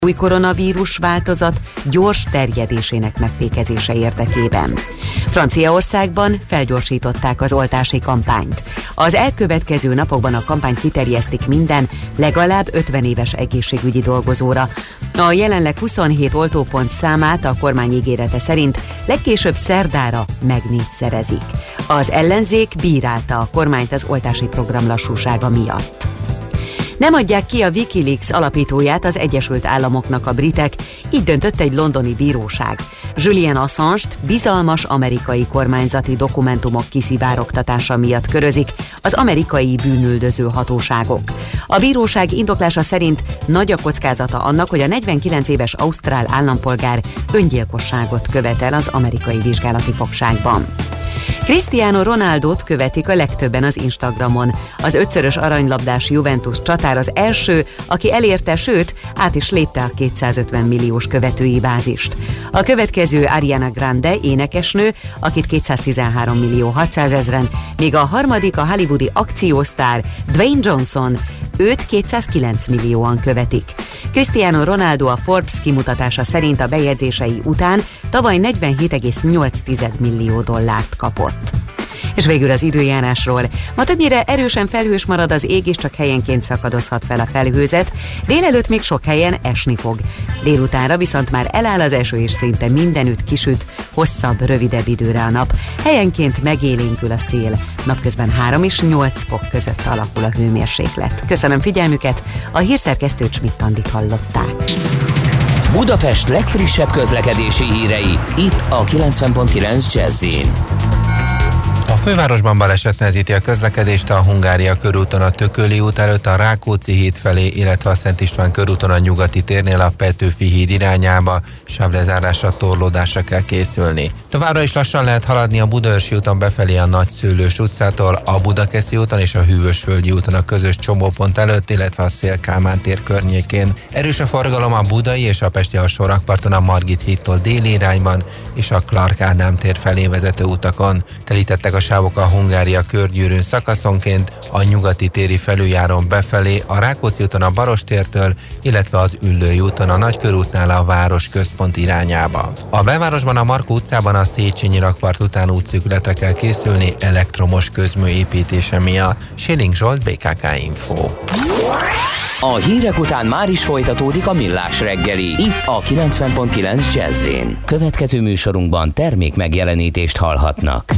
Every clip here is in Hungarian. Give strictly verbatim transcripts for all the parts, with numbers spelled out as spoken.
új koronavírus változat gyors terjedésének megfékezése érdekében. Franciaországban felgyorsították az oltási kampányt. Az elkövetkező napokban a kampányt kiterjesztik minden, legalább ötven éves egészségügyi dolgozóra. A jelenleg huszonhét oltópont számát a kormány ígérete szerint legkésőbb szerdára megnégyszerezik. Az ellenzék bírálta a kormányt az oltási program lassúsága miatt. Nem adják ki a Wikileaks alapítóját az Egyesült Államoknak a britek, így döntött egy londoni bíróság. Julian Assange-t bizalmas amerikai kormányzati dokumentumok kiszivárogtatása miatt körözik az amerikai bűnüldöző hatóságok. A bíróság indoklása szerint nagy a kockázata annak, hogy a negyvenkilenc éves ausztrál állampolgár öngyilkosságot követel az amerikai vizsgálati fogságban. Cristiano Ronaldot követik a legtöbben az Instagramon. Az ötszörös aranylabdás Juventus csatár az első, aki elérte, sőt, át is lépte a kétszázötven milliós követői bázist. A következő Ariana Grande énekesnő, akit kétszáztizenhárom millió hatszázezren, míg a harmadik a hollywoodi akciósztár Dwayne Johnson, őt kétszázkilenc millióan követik. Cristiano Ronaldo a Forbes kimutatása szerint a bejegyzései után tavaly negyvenhét egész nyolc millió dollárt kapott. És végül az időjárásról. Ma többnyire erősen felhős marad az ég, és csak helyenként szakadozhat fel a felhőzet. Délelőtt még sok helyen esni fog. Délutánra viszont már eláll az eső, és szinte mindenütt kisüt, hosszabb, rövidebb időre a nap. Helyenként megélénkül a szél. Napközben három és nyolc fok között alakul a hőmérséklet. Köszönöm figyelmüket, a hírszerkesztő Schmidt Andit hallották. Budapest legfrissebb közlekedési hírei, itt a kilencven pont kilenc Jazz-in. A fővárosban baleset nehezíti a közlekedést a Hungária körúton a Tököli út előtt a Rákóczi híd felé, illetve a Szent István körúton a Nyugati térnél a Petőfi híd irányába. Sávlezárásra, torlódásra kell készülni. Továbbra is lassan lehet haladni a Budaörsi úton befelé a Nagyszőlős utcától, a Budakeszi úton és a Hűvösvölgyi úton a közös csomópont előtt, illetve a Széll-Kálmán tér környékén. Erős a forgalom a budai és a pesti alsórakparton a Margit hídtól déli irányban és a Clark Ádám tér felé vezető utakon. Telítettek a sávok a Hungária körgyűrűn szakaszonként, a Nyugati téri felüljáron befelé, a Rákóczi úton a Barostértől, illetve az Üllői úton a Nagykörútnál a városközpont irányába. A belvárosban a Markó utcában a Széchenyi rakpart után útszűkületre kell készülni elektromos közmű építése miatt. Schilling Zsolt, bé ká ká Info. A hírek után már is folytatódik a Millás reggeli, itt a kilencven pont kilenc Jazz-in. Következő műsorunkban termék megjelenítést hallhatnak.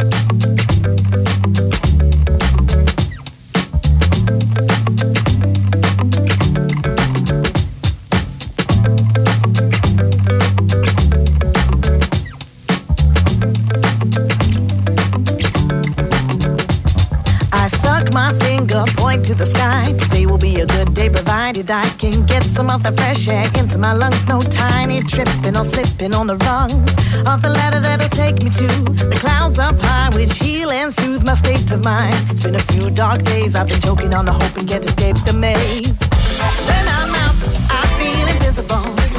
To the sky, today will be a good day provided I can get some of the fresh air into my lungs. No tiny tripping or slipping on the rungs of the ladder that'll take me to the clouds up high, which heal and soothe my state of mind. It's been a few dark days, I've been choking on the hope and can't escape the maze. When I'm out, I feel invisible.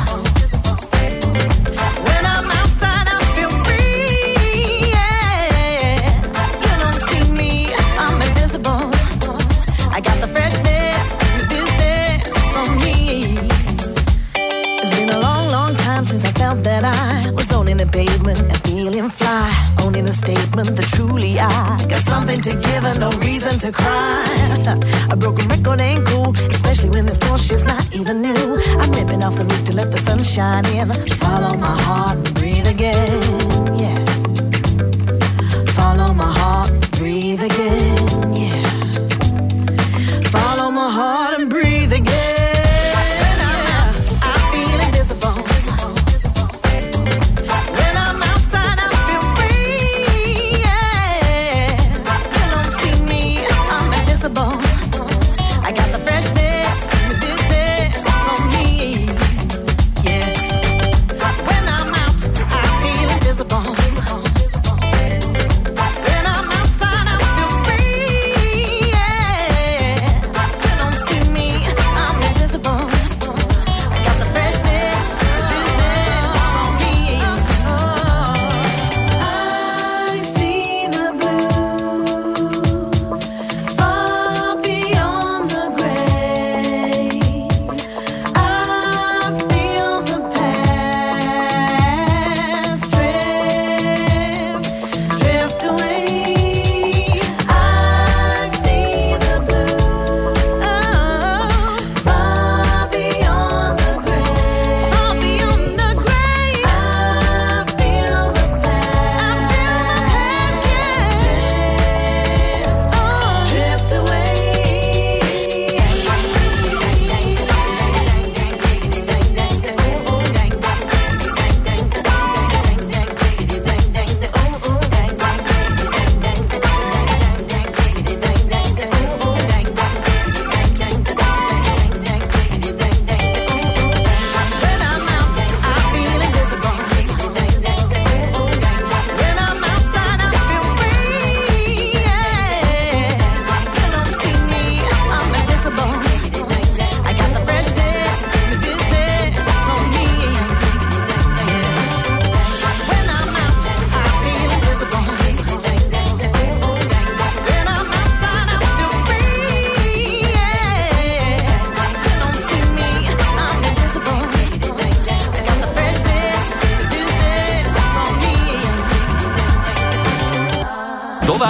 That I was owning the pavement and feeling fly, owning the statement that truly I got something to give and no reason to cry. A broken record ain't cool, especially when this bullshit's not even new. I'm ripping off the roof to let the sun shine in. Follow my heart and breathe again, yeah. Follow my heart, breathe again, yeah. Follow my heart and breathe again. Feeling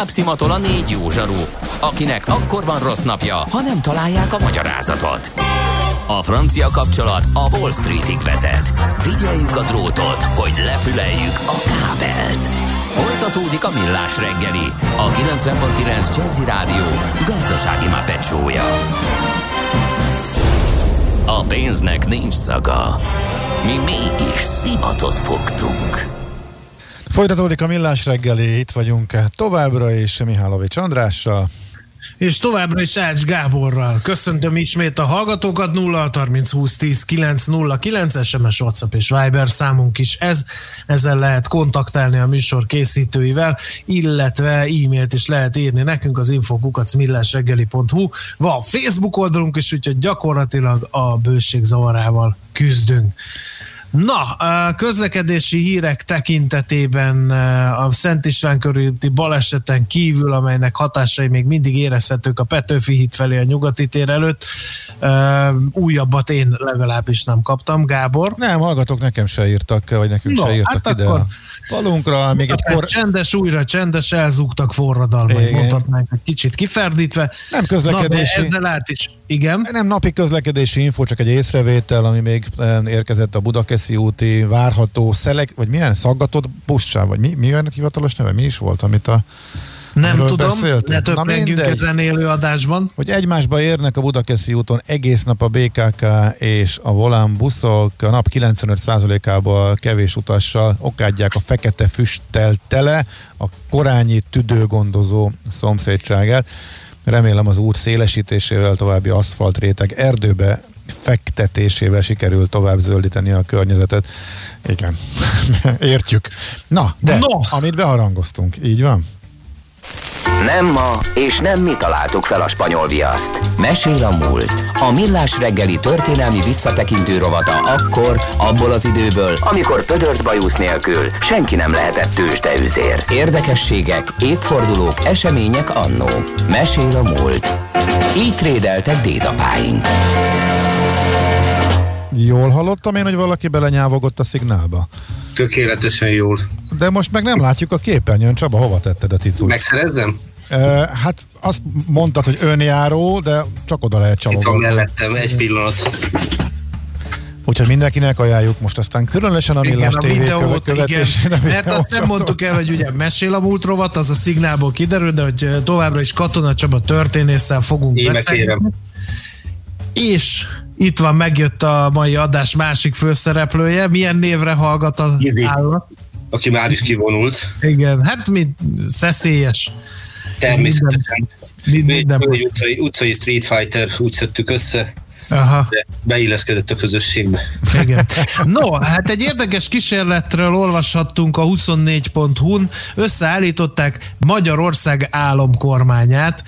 tovább szimatol a négy jó zsaru, akinek akkor van rossz napja, ha nem találják a magyarázatot. A francia kapcsolat a Wall Streetig vezet. Figyeljük a drótot, hogy lefüleljük a kábelt. Folytatódik a Millás reggeli, a kilencven pont kilenc Jazzy Rádió gazdasági mápecsója. A pénznek nincs szaga. Mi mégis szimatot fogtunk. Folytatódik a Millás reggeli, itt vagyunk továbbra is Mihálovics Andrással. És továbbra is Ács Gáborral. Köszöntöm ismét a hallgatókat. Nulla harminc húsz tíz kilenc nulla kilenc es em es, WhatsApp és Viber számunk is ez. Ezzel lehet kontaktálni a műsor készítőivel, illetve e-mailt is lehet írni nekünk az info kukac millásreggeli pont hu. Van Facebook oldalunk is, úgyhogy gyakorlatilag a bőség zavarával küzdünk. Na, a közlekedési hírek tekintetében a Szent István körüli baleseten kívül, amelynek hatásai még mindig érezhetők a Petőfi híd felé a Nyugati tér előtt, újabbat én legalábbis nem kaptam, Gábor. Nem, hallgatók nekem se írtak, vagy nekünk no, se írtak hát ide akkor a falunkra. Még egy kor... Csendes, újra csendes, elzúgtak forradalmai, mondhatnánk egy kicsit kiferdítve. Nem közlekedési. Na, ezzel át is, igen. Nem napi közlekedési info, csak egy észrevétel, ami még érkezett a Budakeszi úti várható szelek, vagy milyen szaggatott buszsá, vagy mi, mi olyan hivatalos neve? Mi is volt, amit a Nem tudom, beszéltünk? ne töprengünk ezen élő adásban. Hogy egymásba érnek a Budakeszi úton egész nap a bé ká ká és a Volán buszok, a nap kilencvenöt százalékában kevés utassal okádják a fekete füsttel tele a korányi tüdőgondozó szomszédságát. Remélem az út szélesítésével, további aszfaltréteg erdőbe fektetésével sikerül tovább zöldíteni a környezetet. Igen, értjük. Na, de no. amit beharangoztunk, így van? Nem ma, és nem mi találtuk fel a spanyol viaszt. Mesél a múlt. A Millás reggeli történelmi visszatekintő rovata akkor, abból az időből, amikor pödört bajusz nélkül senki nem lehetett tőzsdeüzér. Érdekességek, évfordulók, események annó. Mesél a múlt. Így trédeltek dédapáink. Jól hallottam én, hogy valaki belenyávogott a szignálba? Tökéletesen jól. De most meg nem látjuk a képernyőn. Csaba, hova tetted a cicut? Megszerezzem? Uh, hát azt mondtad, hogy önjáró, de csak oda lehet csalogatni. Itt van mellettem, egy pillanat. Úgyhogy mindenkinek ajánljuk most aztán különösen a Millás té vé követésére. Mert azt nem mondtuk el, hogy ugye Mesél a múlt rovat, az a szignálból kiderül, de hogy továbbra is Katona Csaba történésszel fogunk Én beszélni. És itt van, megjött a mai adás másik főszereplője. Milyen névre hallgat az Gizi, állat? aki már is kivonult. Igen, hát mint szeszélyes. Természetesen. Minden, minden. Mi utcai, utcai Street Fighter, úgy szedtük össze. Aha. De beilleszkedett a közösségbe. Igen. No, hát egy érdekes kísérletről olvashattunk a huszonnégy pont hu-n. Összeállították Magyarország államkormányát.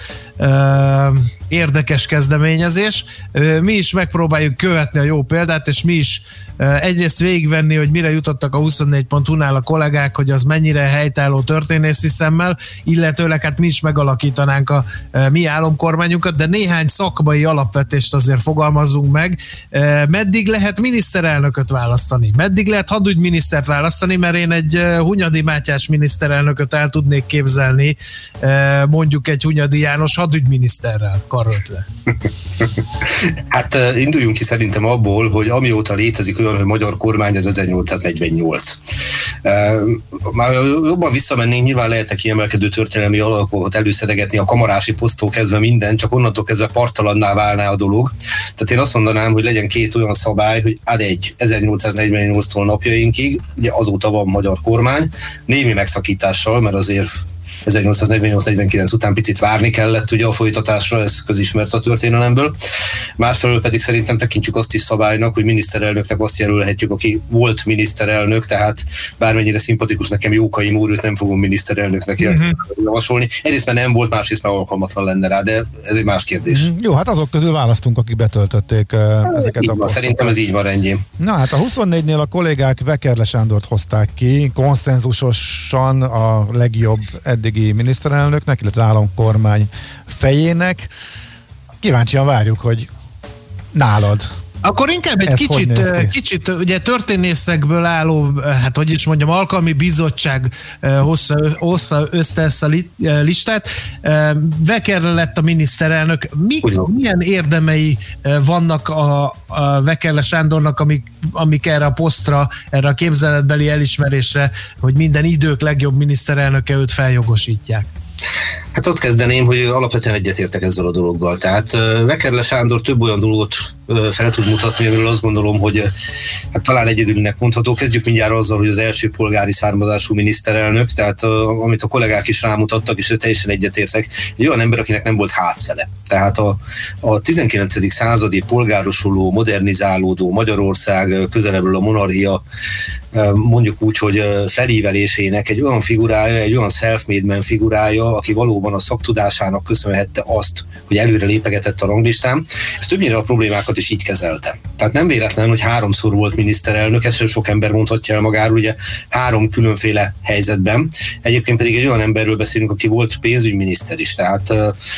Érdekes kezdeményezés. Mi is megpróbáljuk követni a jó példát, és mi is egyrészt végigvenni, hogy mire jutottak a huszonnégy pont hu-nál a kollégák, hogy az mennyire helytálló történészi szemmel, illetőleg hát mi is megalakítanánk a mi államkormányunkat, de néhány szakmai alapvetést azért fogalmazzunk meg. Meddig lehet miniszterelnököt választani? Meddig lehet hadügyminisztert választani? Mert én egy Hunyadi Mátyás miniszterelnököt el tudnék képzelni, mondjuk egy Hunyadi János hadügyminiszterrel karöltve. Hát induljunk ki szerintem abból, hogy amióta létezik olyan, hogy magyar kormány, az ezernyolcszáznegyvennyolc. Már jobban visszamennénk, nyilván lehetnek kiemelkedő történelmi alakokat előszedegetni, a kamarási poszttól kezdve minden, csak onnantól kezdve partalanná válná a dolog. Tehát én azt mondanám, hogy legyen két olyan szabály, hogy ad egy ezernyolcszáznegyvennyolctól napjainkig, ugye azóta van magyar kormány, némi megszakítással, mert azért ezernyolcszáznegyvennyolc negyvenkilenc után picit várni kellett ugye a folytatásra, ez közismert a történelemből. Másfelől pedig szerintem tekintsük azt is szabálynak, hogy miniszterelnöknek azt jelölhetjük, aki volt miniszterelnök, tehát bármennyire szimpatikus nekem Jókai Mór, őt nem fogom miniszterelnöknek uh-huh. javasolni. Egyrészt mert nem volt, másrészt már alkalmatlan lenne rá, de ez egy más kérdés. Uh-huh. Jó, hát azok közül választunk, akik betöltötték uh, ezeket így a van, szerintem ez így van rendjén. Na hát a huszonnégynél a kollégák Vekerle Sándort hozták ki, konszenzusosan a legjobb eddigi miniszterelnöknek, illetve államkormány fejének. Kíváncsian várjuk, hogy nálad Akkor inkább egy kicsit, kicsit ugye történészekből álló, hát hogy is mondjam, alkalmi bizottság hozza, hozza össze ezt a listát. Vekerle lett a miniszterelnök. Mi, milyen érdemei vannak a, a Vekerle Sándornak, amik, amik erre a posztra, erre a képzeletbeli elismerésre, hogy minden idők legjobb miniszterelnöke őt feljogosítják? Hát ott kezdeném, hogy alapvetően egyetértek ezzel a dologgal. Tehát Vekerle Sándor több olyan dolgot fel tud mutatni, amiről azt gondolom, hogy hát talán egyedülnek mondható. Kezdjük mindjárt azzal, hogy az első polgári származású miniszterelnök, tehát amit a kollégák is rámutattak, és teljesen egyetértek, egy olyan ember, akinek nem volt hátszele. Tehát a, a tizenkilencedik századi polgárosuló, modernizálódó Magyarország, közelebbről a monarchia, mondjuk úgy, hogy felívelésének egy olyan figurája, egy olyan self-made man figurája, aki valóban a szaktudásának köszönhette azt, hogy előre lépegetett a ranglistán, és többnyire a problémákat is így kezelte. Tehát nem véletlen, hogy háromszor volt miniszterelnök, ezt sem sok ember mondhatja el magáról, ugye három különféle helyzetben. Egyébként pedig egy olyan emberről beszélünk, aki volt pénzügyminiszter is, tehát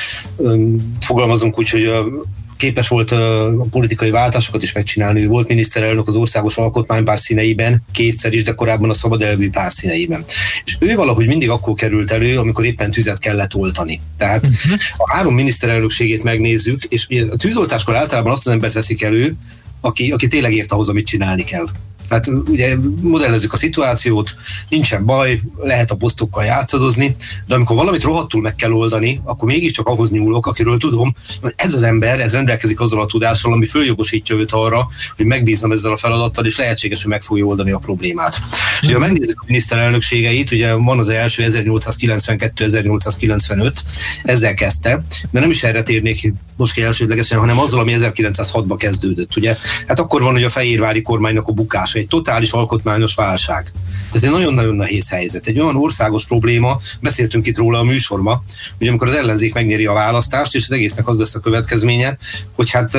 fogalmazunk úgy, hogy képes volt a politikai váltásokat is megcsinálni. Ő volt miniszterelnök az országos alkotmánypár színeiben, kétszer is, de korábban a szabad elvű pár színeiben. És ő valahogy mindig akkor került elő, amikor éppen tüzet kellett oltani. Tehát uh-huh. a három miniszterelnökségét megnézzük, és a tűzoltáskor általában azt az embert veszik elő, aki, aki tényleg ért ahhoz, amit csinálni kell. Tehát ugye modellezzük a szituációt, nincsen baj, lehet a posztokkal játszadozni, de amikor valamit rohadtul meg kell oldani, akkor mégiscsak ahhoz nyúlok, akiről tudom, hogy ez az ember, ez rendelkezik azzal a tudással, ami följogosítja őt arra, hogy megbíznom ezzel a feladattal, és lehetséges, hogy meg fogja oldani a problémát. És ugye, ha megnézzük a miniszterelnökségeit, ugye van az első ezernyolcszázkilencvenkettő ezernyolcszázkilencvenöt, ezzel kezdte, de nem is erre térnék most ki elsődlegesen, hanem azzal, ami ezerkilencszázhatban kezdődött. Ugye? Hát akkor van, hogy a fehérvári kormánynak a bukása, egy totális alkotmányos válság. Ez egy nagyon-nagyon nehéz helyzet. Egy olyan országos probléma, beszéltünk itt róla a műsorban, hogy amikor az ellenzék megnyeri a választást, és az egésznek az lesz a következménye, hogy hát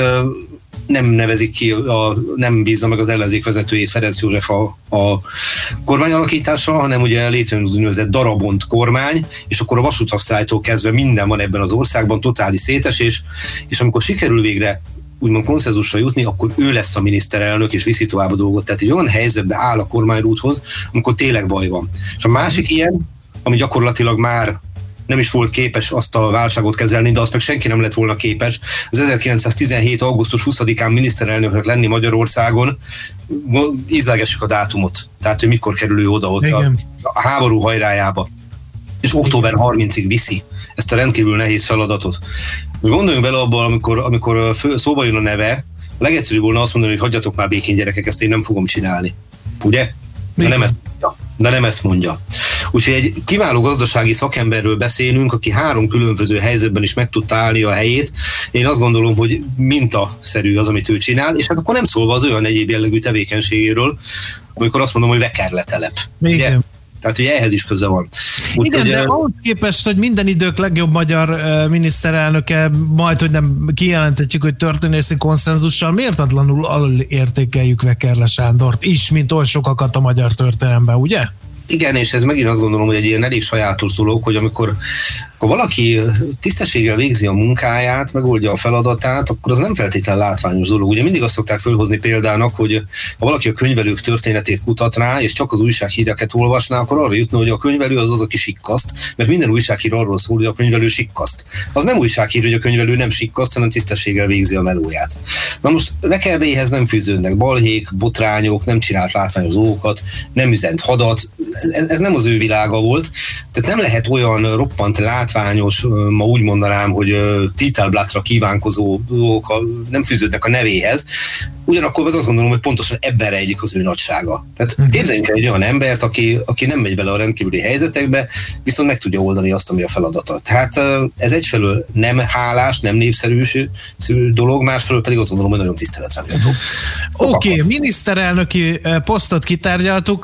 nem nevezik ki, a, nem bízza meg az ellenzék vezetőjét, Ferenc József a, a kormányalakítással, hanem ugye létrejön az úgynevezett darabont kormány, és akkor a vasútasztrálytól kezdve minden van ebben az országban, totális szétesés, és amikor sikerül végre úgymond konszenzusra jutni, akkor ő lesz a miniszterelnök, és viszi tovább a dolgot. Tehát egy olyan helyzetbe áll a kormányrúdhoz, amikor tényleg baj van. És a másik ilyen, ami gyakorlatilag már nem is volt képes azt a válságot kezelni, de azt meg senki nem lett volna képes. Az ezerkilencszáztizenhét. augusztus huszadikán miniszterelnöknek lenni Magyarországon, ízlegessük a dátumot. Tehát, hogy mikor kerül ő oda ott a, a háború hajrájába. És október harmincadikáig viszi ezt a rendkívül nehéz feladatot. Most gondoljunk bele abban, amikor, amikor fő, szóba jön a neve, a legegyszerűbb volna azt mondani, hogy hagyjatok már békén, gyerekek, ezt én nem fogom csinálni. Ugye? De nem ezt mondja. De nem ezt mondja. Úgyhogy egy kiváló gazdasági szakemberről beszélünk, aki három különböző helyzetben is meg tudta állni a helyét. Én azt gondolom, hogy mintaszerű az, amit ő csinál, és hát akkor nem szólva az olyan egyéb jellegű tevékenységéről, amikor azt mondom, hogy Vekerle telep. Igen. Tehát, hogy ehhez is köze van. Úgy, igen, hogy, de ahhoz képest, hogy minden idők legjobb magyar uh, miniszterelnöke, majd, hogy nem kijelentetjük, hogy történészi konszenzussal, méltatlanul alulértékeljük Vekerle Sándort is, mint oly sokakat a magyar történelemben, ugye? Igen, és ez megint azt gondolom, hogy egy ilyen elég sajátos dolog, hogy amikor, amikor valaki tisztességgel végzi a munkáját, megoldja a feladatát, akkor az nem feltétlenül látványos dolog. Ugye mindig azt szokták fölhozni példának, hogy ha valaki a könyvelők történetét kutatná, és csak az újsághíreket olvasná, akkor arra jutna, hogy a könyvelő az az, aki sikkaszt, mert minden újsághír arról szól, hogy a könyvelő sikkaszt. Az nem újsághír, hogy a könyvelő nem sikkaszt, hanem tisztességgel végzi a melóját. Na most Vekerléhez nem fűződnek balhék, botrányok, nem csinált látványos dolgokat, nem üzent hadat. Ez, ez nem az ő világa volt, tehát nem lehet olyan roppant látványos, ma úgy mondanám, hogy titelblattra kívánkozó dolgok nem fűződnek a nevéhez, ugyanakkor meg azt gondolom, hogy pontosan ebben rejlik az ő nagysága. Tehát uh-huh. képzeljünk el egy olyan embert, aki, aki nem megy bele a rendkívüli helyzetekbe, viszont meg tudja oldani azt, ami a feladata. Tehát ez egyfelől nem hálás, nem népszerű dolog, másfelől pedig azt gondolom, hogy nagyon tiszteletre méltó. Oké, okay, miniszterelnöki posztot kitárgyaltuk,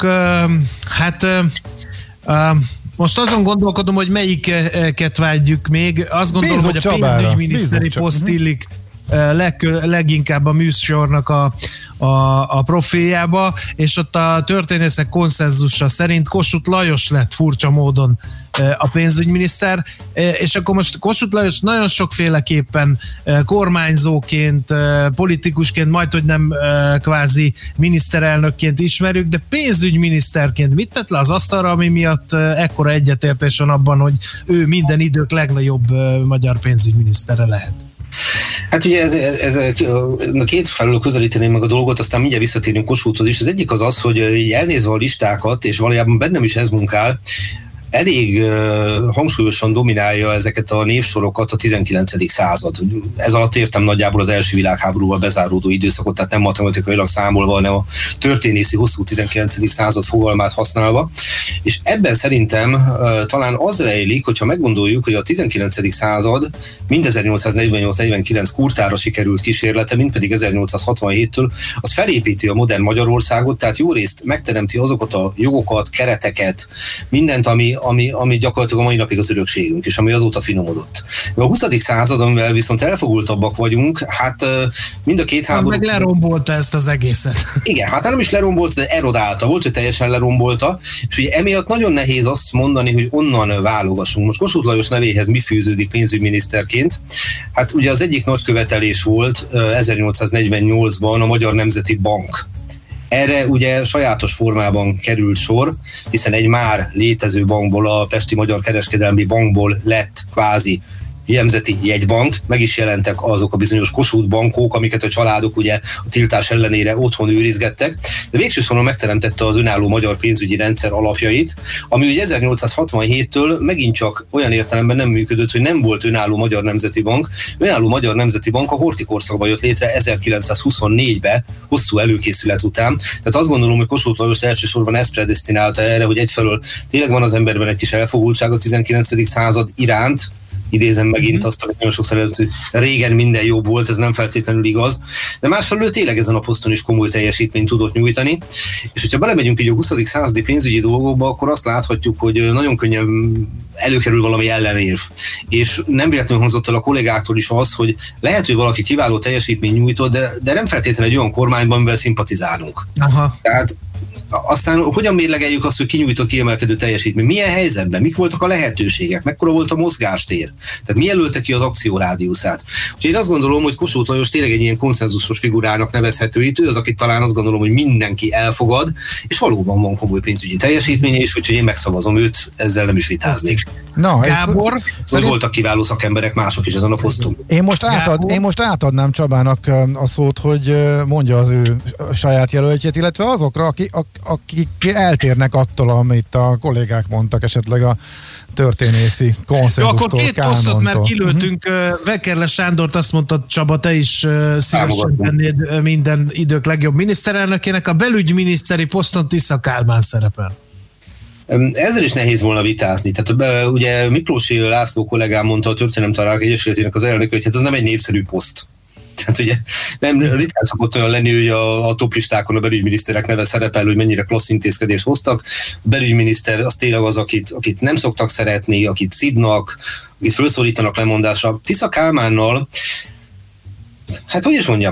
hát most azon gondolkodom, hogy melyiket vágyjuk még. Azt gondolom, Bízunk hogy a pénzügyminiszteri poszt illik leg, leginkább a műsornak a, a, a profiljába, és ott a történészek konszenzusa szerint Kossuth Lajos lett furcsa módon a pénzügyminiszter, és akkor most Kossuth Lajos nagyon sokféleképpen kormányzóként, politikusként, majd hogy nem kvázi miniszterelnökként ismerjük, de pénzügyminiszterként mit tett le az asztalra, ami miatt ekkora egyetértés van abban, hogy ő minden idők legnagyobb magyar pénzügyminisztere lehet? Hát ugye ez, ez, ez a két felől közelíteném meg a dolgot, aztán mindjárt visszatérünk Kossuthhoz is. Az egyik az az, hogy elnézve a listákat, és valójában bennem is ez munkál, elég uh, hangsúlyosan dominálja ezeket a névsorokat a tizenkilencedik század. Ez alatt értem nagyjából az első világháborúval bezáródó időszakot, tehát nem matematikailag számolva, hanem a történészi hosszú tizenkilencedik század fogalmát használva. És ebben szerintem uh, talán az rejlik, hogyha meggondoljuk, hogy a tizenkilencedik század mind ezernyolcszáznegyvennyolc negyvenkilenc kurtára sikerült kísérlete, mind pedig ezernyolcszázhatvanhéttől, az felépíti a modern Magyarországot, tehát jó részt megteremti azokat a jogokat, kereteket, mindent, ami Ami, ami gyakorlatilag a mai napig az örökségünk, és ami azóta finomodott. A huszadik század, amivel viszont elfogultabbak vagyunk, hát mind a két háború... meg lerombolta ezt az egészet. Igen, hát nem is lerombolta, de erodálta, volt, hogy teljesen lerombolta, és ugye emiatt nagyon nehéz azt mondani, hogy onnan válogassunk. Most Kossuth Lajos nevéhez mi fűződik pénzügyminiszterként? Hát ugye az egyik nagy követelés volt ezernyolcszáznegyvennyolcban a Magyar Nemzeti Bank. Erre ugye sajátos formában került sor, hiszen egy már létező bankból, a Pesti Magyar Kereskedelmi Bankból lett kvázi nemzeti jegybank, meg is jelentek azok a bizonyos Kossuth bankok, amiket a családok ugye a tiltás ellenére otthon őrizgettek, de végső soron megteremtette az önálló magyar pénzügyi rendszer alapjait, ami ugye ezernyolcszázhatvanhéttől megint csak olyan értelemben nem működött, hogy nem volt önálló Magyar Nemzeti Bank. Önálló Magyar Nemzeti Bank a Horthy korszakban jött létre ezerkilencszázhuszonnégyben, hosszú előkészület után. Tehát azt gondolom, hogy Kossuth Lajos elsősorban ezt predesztinálta erre, hogy egyfelől tényleg van az emberben egy kis elfogultság a tizenkilencedik század iránt, idézem megint azt, amit nagyon sokszor előtt, hogy régen minden jobb volt, ez nem feltétlenül igaz, de másfelől tényleg ezen a poszton is komoly teljesítményt tudott nyújtani, és hogyha belemegyünk így a huszadik századi pénzügyi dolgokba, akkor azt láthatjuk, hogy nagyon könnyen előkerül valami ellenérv. És nem véletlenül hangzott el a kollégáktól is az, hogy lehet, hogy valaki kiváló teljesítmény nyújtott, de, de nem feltétlenül egy olyan kormányban, mivel szimpatizálunk. Aha. Tehát aztán hogyan mérlegeljük azt, hogy kinyújtott kiemelkedő teljesítmény? Milyen helyzetben? Mik voltak a lehetőségek? Mekkora volt a mozgástér? Tehát mi jelölte ki az akciórádiuszát? Úgyhogy én azt gondolom, hogy Kossuth Lajos tényleg egy ilyen konszenzusos figurának nevezhető itt. Ő az, akit talán azt gondolom, hogy mindenki elfogad, és valóban van komoly pénzügyi teljesítménye, és úgyhogy én megszavazom őt, ezzel nem is vitáznék. Na, Gábor? Hogy szerint... voltak kiváló szakemberek mások is ezen a poszton. Én most, átad, én most átadnám Csabának a szót, hogy mondja az ő saját jelöltjét, illetve azokra, akik, akik eltérnek attól, amit a kollégák mondtak, esetleg a történészi konszenzustól, Jó, akkor két kánontól. posztot már kilőttünk. Uh-huh. Vekerle Sándort azt mondta, Csaba, te is uh, szívesen tennéd minden idők legjobb miniszterelnökének. A belügyminiszteri poszton Tisza Kálmán szerepel. Ezzel is nehéz volna vitázni. Tehát ugye Miklósi László kollégám mondta a Történelemtanárok Egyesületének az elnök, hogy hát ez nem egy népszerű poszt. Tehát ugye nem ritkán szokott olyan lenni, hogy a, a toplistákon a belügyminiszterek neve szerepel, hogy mennyire klassz intézkedést hoztak. A belügyminiszter az tényleg az, akit, akit nem szoktak szeretni, akit szidnak, akit felszólítanak lemondásra. Tisza Kálmánnal, hát hogy is mondjam,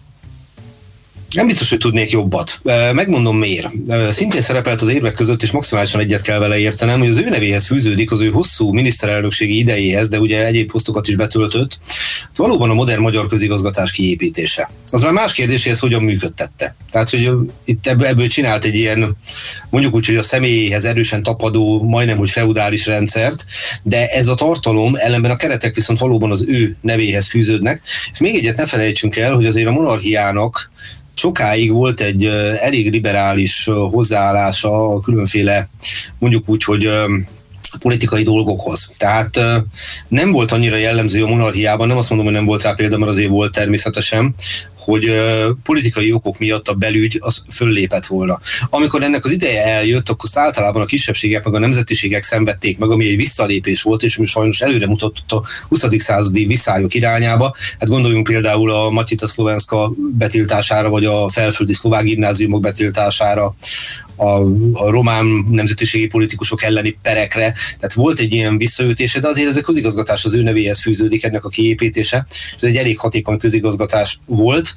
nem biztos, hogy tudnék jobbat. Megmondom miért. Szintén szerepelt az érvek között, és maximálisan egyet kell vele értenem, hogy az ő nevéhez fűződik, az ő hosszú miniszterelnökségi idejéhez, de ugye egyéb posztokat is betöltött, valóban a modern magyar közigazgatás kiépítése. Az már más kérdés, hogy ezt hogyan működtette. Tehát, hogy itt ebből csinált egy ilyen, mondjuk úgy, hogy a személyéhez erősen tapadó, majdnem, hogy feudális rendszert, de ez a tartalom, ellenben a keretek viszont valóban az ő nevéhez fűződnek. És még egyet ne felejtsünk el, hogy azért a monarchiának sokáig volt egy elég liberális hozzáállása a különféle, mondjuk úgy, hogy politikai dolgokhoz. Tehát nem volt annyira jellemző a monarchiában, nem azt mondom, hogy nem volt rá példa, mert azért volt természetesen, hogy uh, politikai okok miatt a belügy az föllépett volna. Amikor ennek az ideje eljött, akkor általában a kisebbségek meg a nemzetiségek szenvedték meg, ami egy visszalépés volt, és ami sajnos előre mutatott a huszadik századi viszályok irányába. Hát gondoljunk például a Matica Szlovenska betiltására, vagy a felföldi szlovák gimnáziumok betiltására, A, a román nemzetiségi politikusok elleni perekre, tehát volt egy ilyen visszaütése, de azért ez a közigazgatás az ő nevéhez fűződik, ennek a kiépítése, és ez egy elég hatékony közigazgatás volt.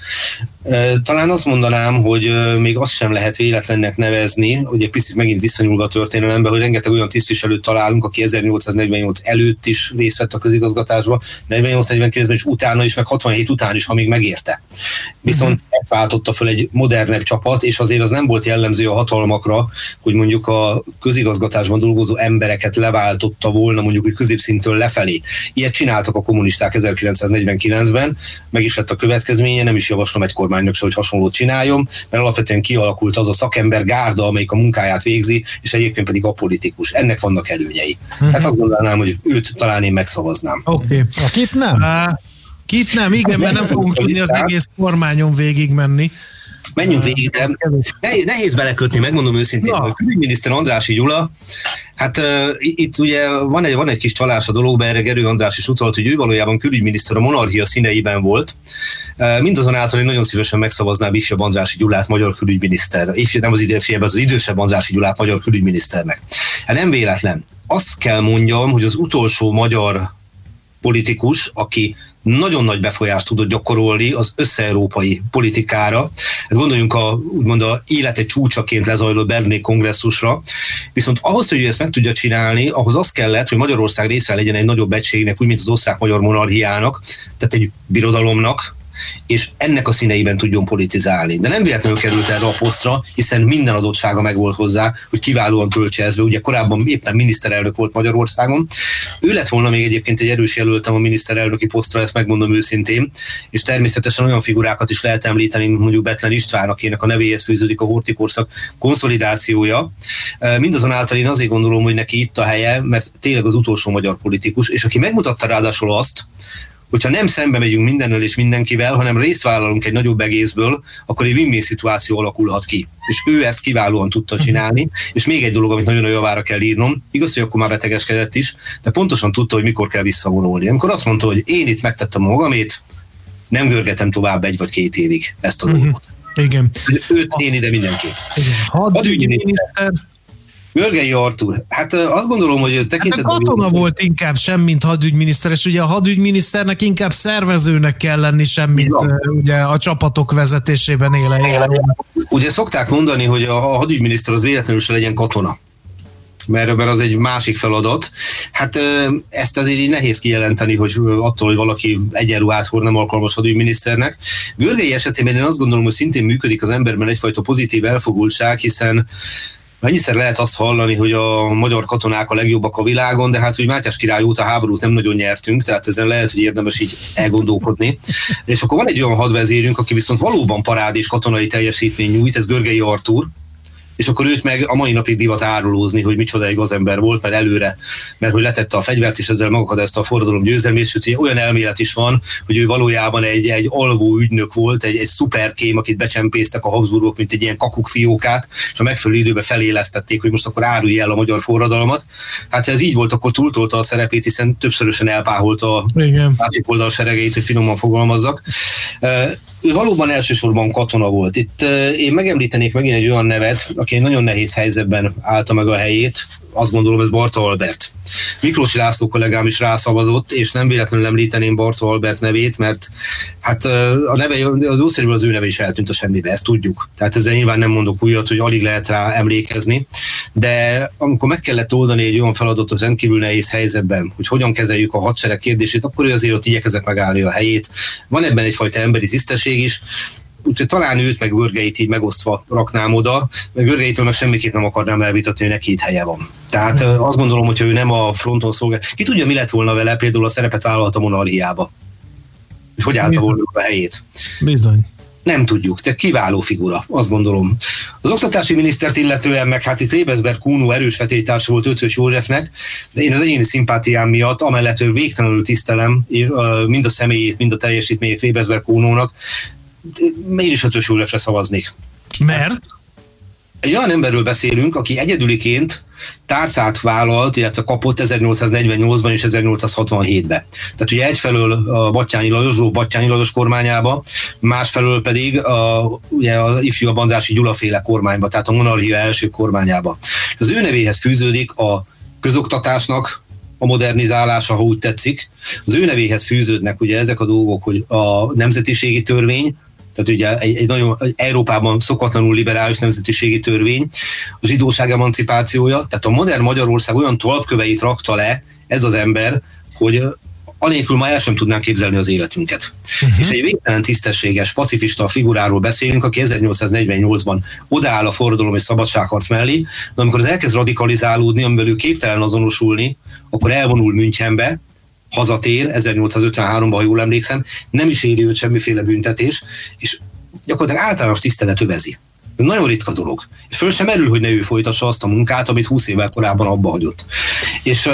Talán azt mondanám, hogy még azt sem lehet véletlennek nevezni, ugye picit megint visszanyúlva a történelembe, hogy rengeteg olyan tisztviselőt találunk, aki ezernyolcszáznegyvennyolc előtt is részt vett a közigazgatásba, negyvennyolc negyvenkilencben is utána is, meg hatvanhét után is, ha még megérte. Viszont uh-huh. ezt váltotta föl egy modernebb csapat, és azért az nem volt jellemző a hatalmakra, hogy mondjuk a közigazgatásban dolgozó embereket leváltotta volna mondjuk hogy középszintől lefelé. Ilyet csináltak a kommunisták ezerkilencszáznegyvenkilencben, meg is lett a következménye, nem is javaslom egy kormánynak se, hogy hasonlót csináljon, mert alapvetően kialakult az a szakember gárda, amelyik a munkáját végzi, és egyébként pedig a politikus. Ennek vannak előnyei. Uh-huh. Hát azt gondolnám, hogy őt talán én megszavaznám. Oké. Okay. Akit nem? Uh, kit nem, igen, mert nem fogunk tudni az egész kormányon végigmenni. Menjünk végig, de nehéz, nehéz belekötni, megmondom őszintén, hogy a külügyminiszter Andrássy Gyula, hát uh, itt ugye van egy, van egy kis csalás a dologban, erre Gerő András is utalt, hogy ő valójában külügyminiszter a monarchia színeiben volt. Uh, mindazonáltal én nagyon szívesen megszavaznám ifjabb Andrássy Gyulát magyar külügyminiszter, ifjabb, nem az idősebb, az idősebb Andrássy Gyulát magyar külügyminiszternek. Hát nem véletlen. Azt kell mondjam, hogy az utolsó magyar politikus, aki nagyon nagy befolyást tudott gyakorolni az össze-európai politikára. Hát gondoljunk a, úgymond a élete csúcsaként lezajló berlini kongresszusra. Viszont ahhoz, hogy ő ezt meg tudja csinálni, ahhoz az kellett, hogy Magyarország része legyen egy nagyobb egységnek, úgy, mint az osztrák-magyar monarchiának, tehát egy birodalomnak, és ennek a színeiben tudjon politizálni. De nem véletlenül került erre a posztra, hiszen minden adottsága megvolt hozzá, hogy kiválóan töltse ezt be. Ugye korábban éppen miniszterelnök volt Magyarországon. Ő lett volna még egyébként egy erős jelöltem a miniszterelnöki posztra, ezt megmondom őszintén, és természetesen olyan figurákat is lehet említeni, mint mondjuk Bethlen István, akinek a nevéhez fűződik a horthy-korszak konszolidációja. Mindazonáltal én azért gondolom, hogy neki itt a helye, mert tényleg az utolsó magyar politikus, és aki megmutatta ráadásul azt, hogyha nem szembe megyünk mindennel és mindenkivel, hanem részt vállalunk egy nagyobb egészből, akkor egy win-win szituáció alakulhat ki. És ő ezt kiválóan tudta csinálni, és még egy dolog, amit nagyon a javára kell írnom, igaz, hogy akkor már betegeskedett is, de pontosan tudta, hogy mikor kell visszavonulni. Amikor azt mondta, hogy én itt megtettem a magamét, nem görgetem tovább egy vagy két évig ezt a dolgot. Uh-huh. Igen. Őt én ide mindenképp. Hadügyminiszter. Görgei Artúr, hát azt gondolom, hogy tekintetben... Hát a katona volt inkább sem, mint hadügyminiszter, és ugye a hadügyminiszternek inkább szervezőnek kell lenni sem, mint ja. ugye a csapatok vezetésében éle. Ugye szokták mondani, hogy a hadügyminiszter az véletlenül se legyen katona. Mert, mert az egy másik feladat. Hát ezt azért így nehéz kijelenteni, hogy attól, hogy valaki egyenruhát hord, nem alkalmas hadügyminiszternek. Görgei esetében én azt gondolom, hogy szintén működik az emberben egyfajta pozitív elfogultság, hiszen mennyiszer lehet azt hallani, hogy a magyar katonák a legjobbak a világon, de hát úgy Mátyás király óta háborút nem nagyon nyertünk, tehát ezen lehet, hogy érdemes így elgondolkodni. És akkor van egy olyan hadvezérünk, aki viszont valóban parádés katonai teljesítmény nyújt, ez Görgei Artúr, és akkor őt meg a mai napig divat árulózni, hogy micsoda egy gazember volt, mert előre, mert hogy letette a fegyvert, és ezzel megakadályozta a forradalom győzelmét, sőt, ugye olyan elmélet is van, hogy ő valójában egy, egy alvó ügynök volt, egy, egy szuperkém, akit becsempésztek a Habsburgok, mint egy ilyen kakukfiókát, és a megfelelő időben felélesztették, hogy most akkor árulj el a magyar forradalmat. Hát ha ez így volt, akkor túltolta a szerepét, hiszen többszörösen elpáholta a Igen. másik oldal seregeit, hogy finoman fogalmazzak. Ő valóban elsősorban katona volt. Itt uh, én megemlítenék megint egy olyan nevet, aki egy nagyon nehéz helyzetben állta meg a helyét, azt gondolom, ez Barta Albert. Miklósi László kollégám is rászavazott, és nem véletlenül említeném Barta Albert nevét, mert hát uh, a neve, az ószerűen az ő neve is eltűnt a semmibe, ezt tudjuk. Tehát ezzel nyilván nem mondok újat, hogy alig lehet rá emlékezni, de amikor meg kellett oldani egy olyan feladatot rendkívül nehéz helyzetben, hogy hogyan kezeljük a hadsereg kérdését, akkor ő azért ott igyekezett megállni a helyét. Van ebben egyfajta emberi tisztesség is, úgyhogy talán őt meg Görgeit így megosztva raknám oda, meg Görgeitől meg semmiképp nem akarnám elvitatni, hogy neki itt helye van. Tehát azt gondolom, hogyha ő nem a fronton szolgál. Ki tudja, mi lett volna vele, például a szerepet vállalhat a monarchiába. Hogy hogy állta volna a helyét. Bizony. Nem tudjuk, te kiváló figura, azt gondolom. Az oktatási minisztert illetően meg hát itt Rébezberg Kúnó erős vetélytársa volt Ötvös Józsefnek, de én az egyéni szimpátiám miatt, amellett végtelenül tisztelem mind a személyét, mind a teljesítményét Rébezberg Kúnónak, én is ötös Józsefre szavaznék. Mert? Egy olyan emberről beszélünk, aki egyedüliként tárcát vállalt, illetve kapott ezernyolcszáznegyvennyolcban és ezernyolcszázhatvanhétben. Tehát ugye egyfelől a Batthyány Lajos, Gróf Batthyány Lajos kormányába, másfelől pedig a, ugye az ifjú Bandási Gyulaféle kormányba, tehát a monarchia első kormányába. Az ő nevéhez fűződik a közoktatásnak a modernizálása, ha úgy tetszik. Az ő nevéhez fűződnek ugye ezek a dolgok, hogy a nemzetiségi törvény, tehát ugye egy, egy nagyon egy Európában szokatlanul liberális nemzetiségi törvény, a zsidóság emancipációja, tehát a modern Magyarország olyan talpköveit rakta le ez az ember, hogy anélkül ma el sem tudnánk képzelni az életünket. Uh-huh. És egy végtelen tisztességes, pacifista figuráról beszélünk, aki ezernyolcszáznegyvennyolcban odaáll a forradalom és szabadságharc mellé, de amikor az elkezd radikalizálódni, amiből ő képtelen azonosulni, akkor elvonul Münchenbe, hazatér, ezernyolcszázötvenháromban, ha jól emlékszem, nem is éri őt semmiféle büntetés, és gyakorlatilag általános tisztelet övezi. Ez nagyon ritka dolog. És föl sem merül, hogy ne ő folytassa azt a munkát, amit húsz évvel korábban abba hagyott. És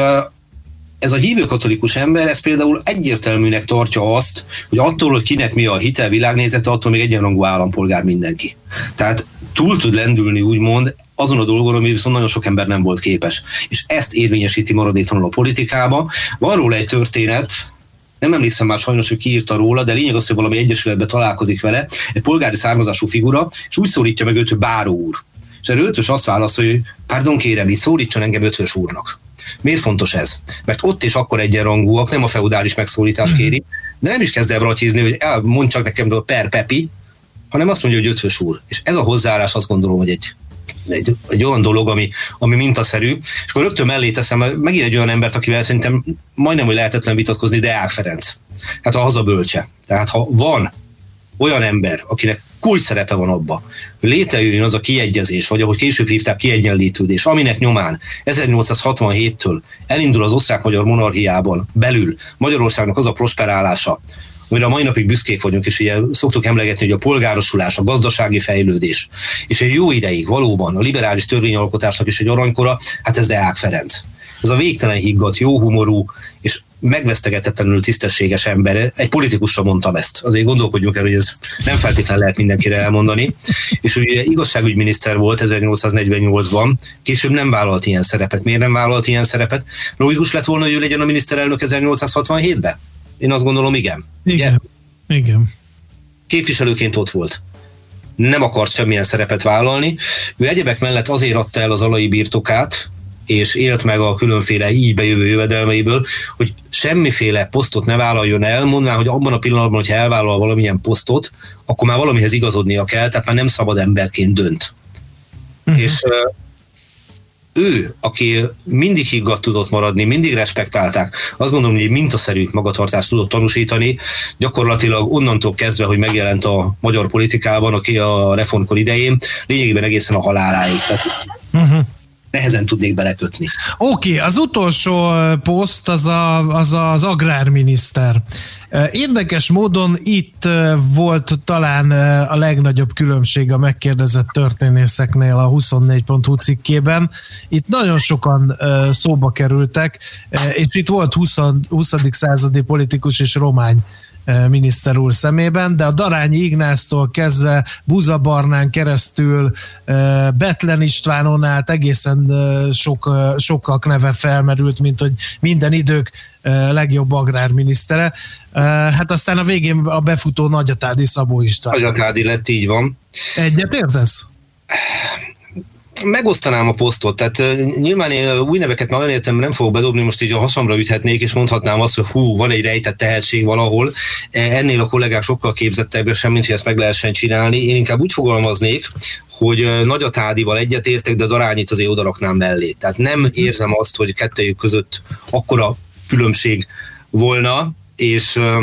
ez a hívő katolikus ember, ez például egyértelműnek tartja azt, hogy attól, hogy kinek mi a hitel világnézete, attól még egyenrangú állampolgár mindenki. Tehát túl tud lendülni, úgymond, azon a dolgon, ami viszont nagyon sok ember nem volt képes. És ezt érvényesíti maradéktalanul a politikába. Van róla egy történet, nem emlékszem már sajnos, hogy ki írta róla, de lényeg az, hogy valami egyesületben találkozik vele, egy polgári származású figura, és úgy szólítja meg őt, hogy báró úr. És erre Ötvös azt válaszol, hogy pardon kérem, így szólítson engem Ötvös úrnak. Miért fontos ez? Mert ott és akkor egyenrangúak, nem a feudális megszólítás kéri, de nem is kezd el bratyízni, hogy mondd csak nekem a per Pepi, hanem azt mondja, hogy Ötvös úr. És ez a hozzáállás azt gondolom, hogy egy, egy, egy olyan dolog, ami, ami mintaszerű. És akkor rögtön mellé teszem megint egy olyan embert, akivel szerintem majdnem, hogy lehetetlen vitatkozni, Deák Ferenc. Hát a hazabölcse. Tehát ha van olyan ember, akinek kulcs szerepe van abba, hogy létrejöjjön az a kiegyezés, vagy ahogy később hívták, kiegyenlítődés, aminek nyomán ezernyolcszázhatvanhéttől elindul az osztrák-magyar monarchiában belül Magyarországnak az a prosperálása, amire a mai napig büszkék vagyunk, és ugye szoktuk emlegetni, hogy a polgárosulás, a gazdasági fejlődés, és egy jó ideig valóban a liberális törvényalkotásnak is egy aranykora, hát ez Deák Ferenc. Ez a végtelen higgadt, jó humorú, és megvesztegetetlenül tisztességes ember. Egy politikusra mondtam ezt. Azért gondolkodjunk el, hogy ez nem feltétlenül lehet mindenkire elmondani. És ugye igazságügyminiszter volt ezernyolcszáznegyvennyolcban, később nem vállalt ilyen szerepet. Miért nem vállalt ilyen szerepet? Logikus lett volna, hogy ő legyen a miniszterelnök ezernyolcszázhatvanhétben? Én azt gondolom, igen. Igen. Igen. Képviselőként ott volt. Nem akart semmilyen szerepet vállalni. Ő egyebek mellett azért adta el az alai birtokát, és élt meg a különféle így bejövő jövedelmeiből, hogy semmiféle posztot ne vállaljon el, mondván, hogy abban a pillanatban, hogyha elvállal valamilyen posztot, akkor már valamihez igazodnia kell, tehát már nem szabad emberként dönt. Uh-huh. És uh, ő, aki mindig higgadt tudott maradni, mindig respektálták, azt gondolom, hogy egy mintaszerű magatartást tudott tanúsítani, gyakorlatilag onnantól kezdve, hogy megjelent a magyar politikában, aki a reformkor idején, lényegében egészen a haláláig. Tehát uh-huh. nehezen tudnék belekötni. Oké, okay, az utolsó poszt az, a, az az agrárminiszter. Érdekes módon itt volt talán a legnagyobb különbség a megkérdezett történészeknél a huszonnégy pont hu cikkében. Itt nagyon sokan szóba kerültek, és itt volt huszadik századi politikus és romány miniszter úr szemében, de a Darányi Ignáctól kezdve Buza Barnán keresztül Bethlen Istvánon át egészen sok, sokak neve felmerült, mint hogy minden idők legjobb agrárminisztere. Hát aztán a végén a befutó Nagyatádi Szabó István. Nagyatádi lett, így van. Egyet értesz? Megosztanám a posztot, tehát uh, nyilván én új neveket már olyan értelemben nem fogok bedobni, most így a haszamra üthetnék, és mondhatnám azt, hogy hú, van egy rejtett tehetség valahol, ennél a kollégák sokkal képzettebbek sem, mint hogy ezt meg lehessen csinálni. Én inkább úgy fogalmaznék, hogy uh, Nagyatádival egyetértek, de Darányit azért odaraknám mellé. Tehát nem érzem azt, hogy kettőjük között akkora különbség volna, és uh,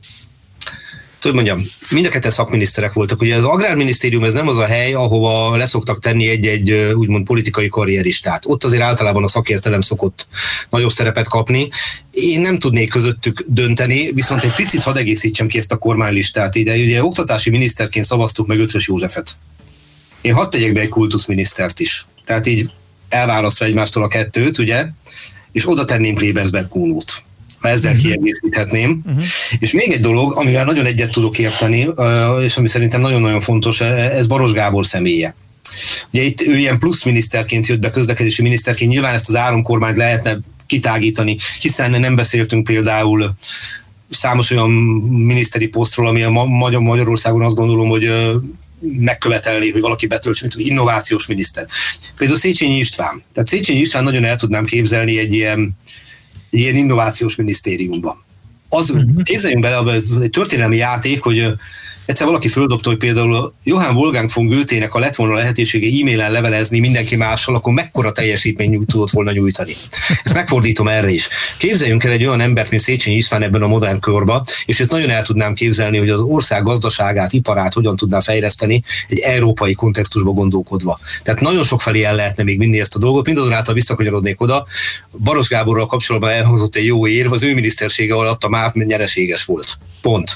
hogy mondjam, mind a ketten szakminiszterek voltak. Ugye az agrárminisztérium ez nem az a hely, ahova leszoktak tenni egy-egy úgymond politikai karrieristát. Ott azért általában a szakértelem szokott nagyobb szerepet kapni. Én nem tudnék közöttük dönteni, viszont egy picit hadd egészítsem ki ezt a kormánylistát ide. Ugye oktatási miniszterként szavaztuk meg Ötvös Józsefet. Én hadd tegyek be egy kultuszminisztert is. Tehát így elválasztva egymástól a kettőt, ugye, és oda tenném Klebersberg Kunót. ha ezzel uh-huh. kiegészíthetném. Uh-huh. És még egy dolog, amivel nagyon egyet tudok érteni, és ami szerintem nagyon-nagyon fontos, ez Baros Gábor személye. Ugye itt ő ilyen plusz miniszterként jött be, közlekedési miniszterként, nyilván ezt az államkormányt lehetne kitágítani, hiszen nem beszéltünk például számos olyan miniszteri posztról, ami a Magyar Magyarországon azt gondolom, hogy megkövetelni, hogy valaki betöltsön, mint innovációs miniszter. Például Széchenyi István. Tehát Széchenyi István nagyon el tudnám képzelni egy ilyen, egy ilyen innovációs minisztériumba. Az, uh-huh. Képzeljünk bele, ez egy történelmi játék, hogy egyszer valaki földobta, hogy például Johann Wolfgang von Goethének, ha lett volna lehetősége e-mailen levelezni mindenki mással, akkor mekkora teljesítményt tudott volna nyújtani. Ezt megfordítom erre is. Képzeljünk el egy olyan embert, mint Széchenyi István ebben a modern korban, és itt nagyon el tudnám képzelni, hogy az ország gazdaságát, iparát hogyan tudná fejleszteni egy európai kontextusba gondolkodva. Tehát nagyon sok felé el lehetne még vinni ezt a dolgot, mindazonáltal visszakanyarodnék oda. Baros Gáborral kapcsolatban elhangzott egy jó érv, az ő minisztersége alatt a MÁV nyereséges volt. Pont.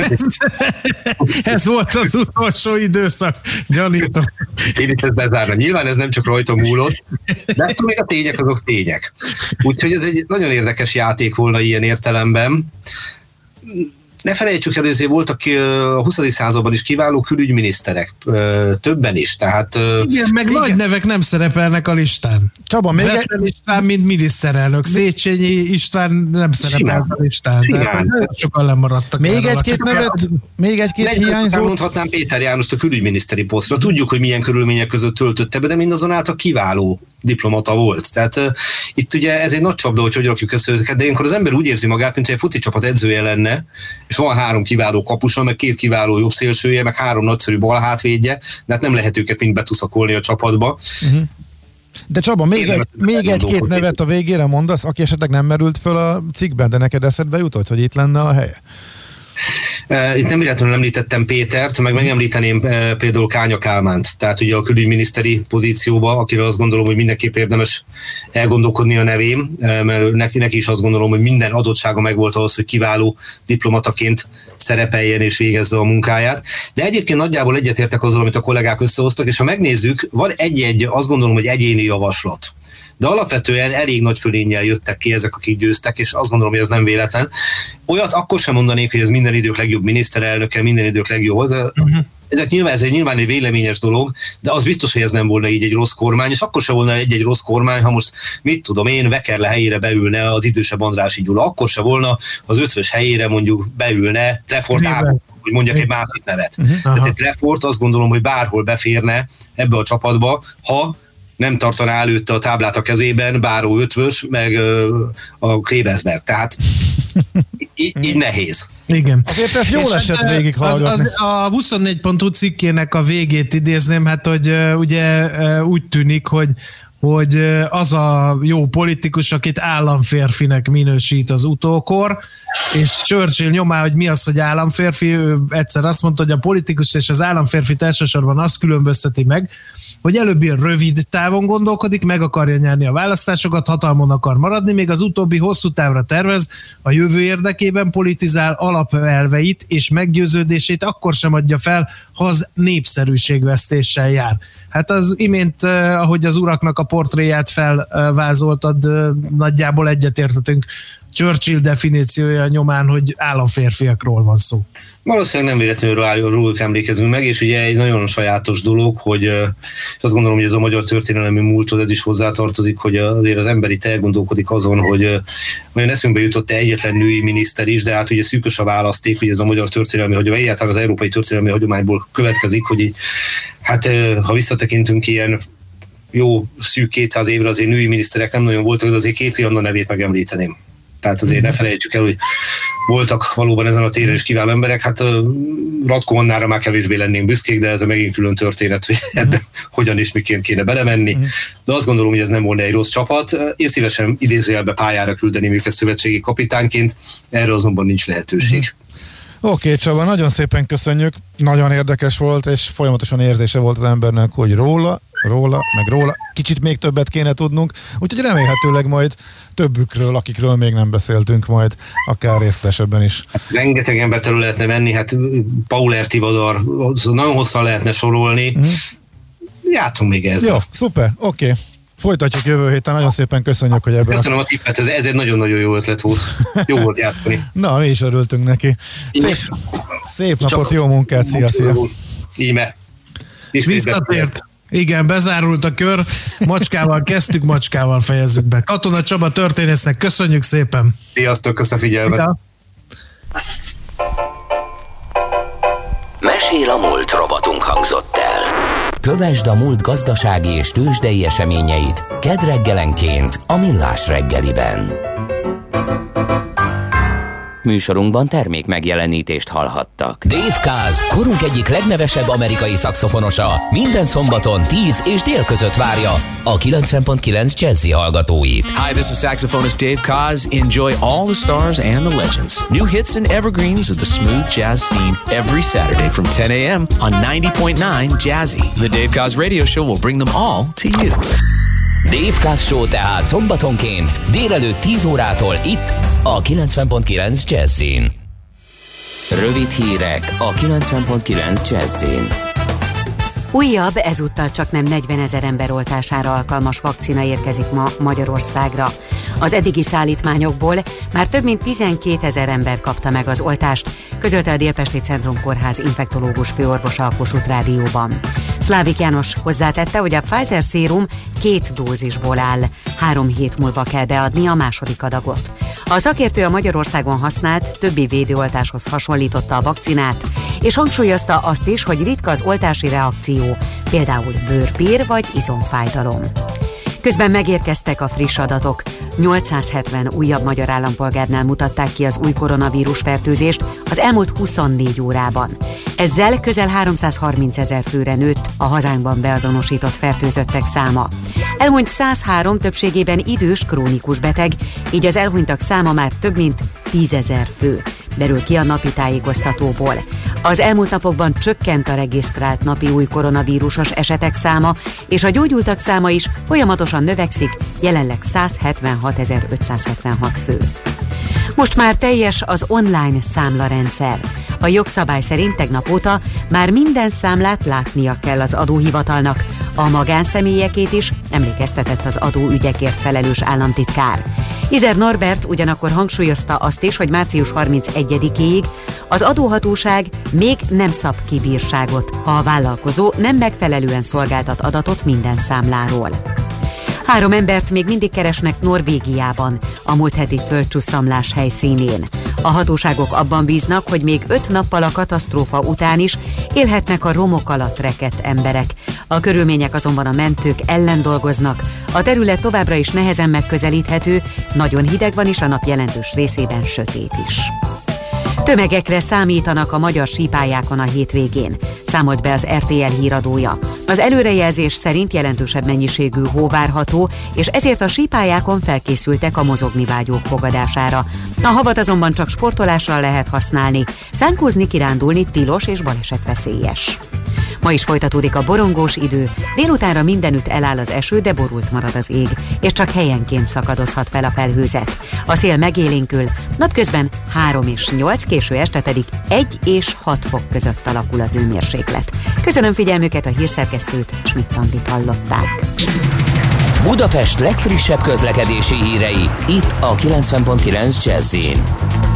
Ez volt az utolsó időszak, gyanítom. Én itt ezt bezárnám. Nyilván ez nem csak rajta múlott, de attól még a tények azok tények. Úgyhogy ez egy nagyon érdekes játék volna ilyen értelemben. Ne felejtsük el, hogy azért voltak a huszadik században is kiváló külügyminiszterek, többen is, tehát... Igen, meg igen. Nagy nevek nem szerepelnek a listán. Csaba, még egy... István, mint miniszterelnök, Széchenyi István nem szerepel a listán. Tehát sokan lemaradtak. Még egy-két nevet, még egy-két hiányzó... Mondhatnám Péter Jánost a külügyminiszteri posztra. Tudjuk, hogy milyen körülmények között töltötte be, de mindazonáltal kiváló diplomata volt. Tehát uh, itt ugye ez egy nagy csapda, hogy hogy rakjuk ezt őket, de ilyenkor az ember úgy érzi magát, mint egy foci csapat edzője lenne, és van három kiváló kapusa, meg két kiváló jobb szélsője, meg három nagyszerű bal hátvédje, de hát nem lehet őket mind betuszakolni a csapatba. Uh-huh. De Csaba, még, egy, még egy-két nevet a végére mondasz, aki esetleg nem merült föl a cikkben, de neked eszedbe jutott, hogy itt lenne a helye? Itt nem véletlenül említettem Pétert, meg megemlíteném például Kánya Kálmánt, tehát ugye a külügyminiszteri pozícióba, akiről azt gondolom, hogy mindenképp érdemes elgondolkodni a nevém, mert neki, neki is azt gondolom, hogy minden adottsága megvolt ahhoz, hogy kiváló diplomataként szerepeljen és végezze a munkáját. De egyébként nagyjából egyetértek azzal, amit a kollégák összehoztak, és ha megnézzük, van egy-egy, azt gondolom, hogy egyéni javaslat. De alapvetően elég nagy fölénnyel jöttek ki ezek, akik győztek, és azt gondolom, hogy ez nem véletlen. Olyat akkor sem mondanék, hogy ez minden idők legjobb miniszterelnöke, minden idők legjobb. Uh-huh. Ezek nyilván, ez egy nyilván egy véleményes dolog, de az biztos, hogy ez nem volna így egy rossz kormány, és akkor sem volna egy-egy rossz kormány, ha most, mit tudom én, Vekerle helyére beülne az idősebb Andrássy Gyula, akkor sem volna az ötvös helyére mondjuk beülne Trefort Ábor, hogy mondjak egy másik nevet. Uh-huh. Tehát egy Trefort azt gondolom, hogy bárhol beférne ebbe a csapatba, ha nem tartaná előtte a táblát a kezében, Báró ötvös, meg ö, a Klebesberg. Tehát így, így nehéz. Igen. Azért ez jól esett végig hallgatni. Az, az, a huszonnégy pont hu cikkének a végét idézném, hát hogy uh, ugye uh, úgy tűnik, hogy hogy az a jó politikus, akit államférfinek minősít az utókor, és Churchill nyomá, hogy mi az, hogy államférfi, ő egyszer azt mondta, hogy a politikus és az államférfi elsősorban azt különbözteti meg, hogy előbb ilyen rövid távon gondolkodik, meg akarja nyerni a választásokat, hatalmon akar maradni, még az utóbbi hosszú távra tervez, a jövő érdekében politizál, alapelveit és meggyőződését akkor sem adja fel, ha az népszerűségvesztéssel jár. Hát az imént, ahogy az uraknak a portréját felvázoltad, nagyjából egyetértetünk Churchill definíciója nyomán, hogy államférfiakról van szó. Valószínűleg nem véletlenül róluk emlékezünk meg, és ugye egy nagyon sajátos dolog, hogy azt gondolom, hogy ez a magyar történelmi múlthoz ez is hozzátartozik, hogy azért az ember itt elgondolkodik azon, hogy olyan eszünkbe jutott egyetlen női miniszter is, de hát ugye szűkös a választék, hogy ez a magyar történelmi hagyomány, egyáltalán az európai történelmi hagyományból következik, hogy így, hát ha visszatekintünk ilyen jó szűk kétszáz évre, azért női miniszterek nem nagyon voltak, de azért Kétli Anna nevét megemlíteném. Tehát azért ne felejtsük el, hogy voltak valóban ezen a téren is kiváló emberek, hát Ratko Annára már kevésbé lennénk büszkék, de ez a megint külön történet, hogy ebben hogyan és miként kéne belemenni. De azt gondolom, hogy ez nem volna egy rossz csapat. Én szívesen idézőjelbe pályára küldeném őket szövetségi kapitányként, erre azonban nincs lehetőség. Oké, okay, Csaba, nagyon szépen köszönjük, nagyon érdekes volt, és folyamatosan érzése volt az embernek, hogy róla, róla, meg róla, kicsit még többet kéne tudnunk, úgyhogy remélhetőleg majd többükről, akikről még nem beszéltünk, majd akár részletesebben is. Hát, rengeteg embert elő lehetne venni, hát Paul Ertivadar, nagyon hosszan lehetne sorolni. Mm. Jártunk még ezzel. Jó, szuper, oké. Okay. Folytatjuk jövő héten, nagyon szépen köszönjük, hogy ebben... Köszönöm a tippet, ez, ez egy nagyon-nagyon jó ötlet volt. Jó volt játszani. Na, mi is örültünk neki. Szép, szép napot, jó munkát, szia, szia. Íme. Visszatért. Igen, bezárult a kör. Macskával kezdtük, macskával fejezzük be. Katona Csaba történésznek köszönjük szépen. Sziasztok, köszönöm a figyelmet. Ja. Mesél a múlt robotunk hangzott el. Kövesd a múlt gazdasági és tőzsdei eseményeit kedd reggelenként a Millás reggeliben. Műsorunkban termék megjelenítést hallhattak. Dave Kaz, korunk egyik legnevesebb amerikai szaxofonosa, minden szombaton tíz és dél között várja a kilencven pont kilenc Jazzy hallgatóit. Hi, this is saxophonist Dave Kaz. Enjoy all the stars and the legends. New hits and evergreens of the smooth jazz scene every Saturday from ten a.m. on ninety point nine Jazzy. The Dave Kaz radio show will bring them all to you. Dave Kaz Show tehát szombatonként délelőtt tíz órától itt a kilencven pont kilenc Jazzin. Rövid hírek a kilencven pont kilenc Jazzin. Újabb, ezúttal csak nem negyvenezer ember oltására alkalmas vakcina érkezik ma Magyarországra. Az eddigi szállítmányokból már több mint tizenkétezer ember kapta meg az oltást, közölte a Délpesti Centrum Kórház infektológus főorvosa a Kossuth Rádióban. Szlávik János hozzátette, hogy a Pfizer szérum két dózisból áll. Három hét múlva kell beadni a második adagot. A szakértő a Magyarországon használt többi védőoltáshoz hasonlította a vakcinát, és hangsúlyozta azt is, hogy ritka az oltási reakció, például bőrpír vagy izomfájdalom. Közben megérkeztek a friss adatok. nyolcszázhetven újabb magyar állampolgárnál mutatták ki az új koronavírus fertőzést az elmúlt huszonnégy órában. Ezzel közel háromszázharminc ezer főre nőtt a hazánkban beazonosított fertőzöttek száma. Elhunyt száz három, többségében idős, krónikus beteg, így az elhunytak száma már több mint tízezer fő. Derül ki a napi tájékoztatóból. Az elmúlt napokban csökkent a regisztrált napi új koronavírusos esetek száma, és a gyógyultak száma is folyamatosan növekszik, jelenleg százhetvenhatezer-ötszázhetvenhat fő. Most már teljes az online számlarendszer. A jogszabály szerint tegnap óta már minden számlát látnia kell az adóhivatalnak, a magánszemélyekét is, emlékeztetett az adóügyekért felelős államtitkár. Izer Norbert ugyanakkor hangsúlyozta azt is, hogy március harmincegyedikéig az adóhatóság még nem szab ki bírságot, ha a vállalkozó nem megfelelően szolgáltat adatot minden számláról. Három embert még mindig keresnek Norvégiában, a múlt heti földcsusszamlás helyszínén. A hatóságok abban bíznak, hogy még öt nappal a katasztrófa után is élhetnek a romok alatt rekedt emberek. A körülmények azonban a mentők ellen dolgoznak. A terület továbbra is nehezen megközelíthető, nagyon hideg van és a nap jelentős részében sötét is. Tömegekre számítanak a magyar sípályákon a hétvégén, számolt be az er té el híradója. Az előrejelzés szerint jelentősebb mennyiségű hó várható, és ezért a sípályákon felkészültek a mozogni vágyók fogadására. A havat azonban csak sportolásra lehet használni, szánkózni, kirándulni tilos és balesetveszélyes. Ma is folytatódik a borongós idő, délutánra mindenütt eláll az eső, de borult marad az ég, és csak helyenként szakadozhat fel a felhőzet. A szél megélénkül, napközben három és nyolc, késő este pedig egy és hat fok között alakul a hőmérséklet. Köszönöm figyelmüket, a hírszerkesztőt, Schmidt-Andit hallották. Budapest legfrissebb közlekedési hírei, itt a kilencven pont kilenc Jazz-in.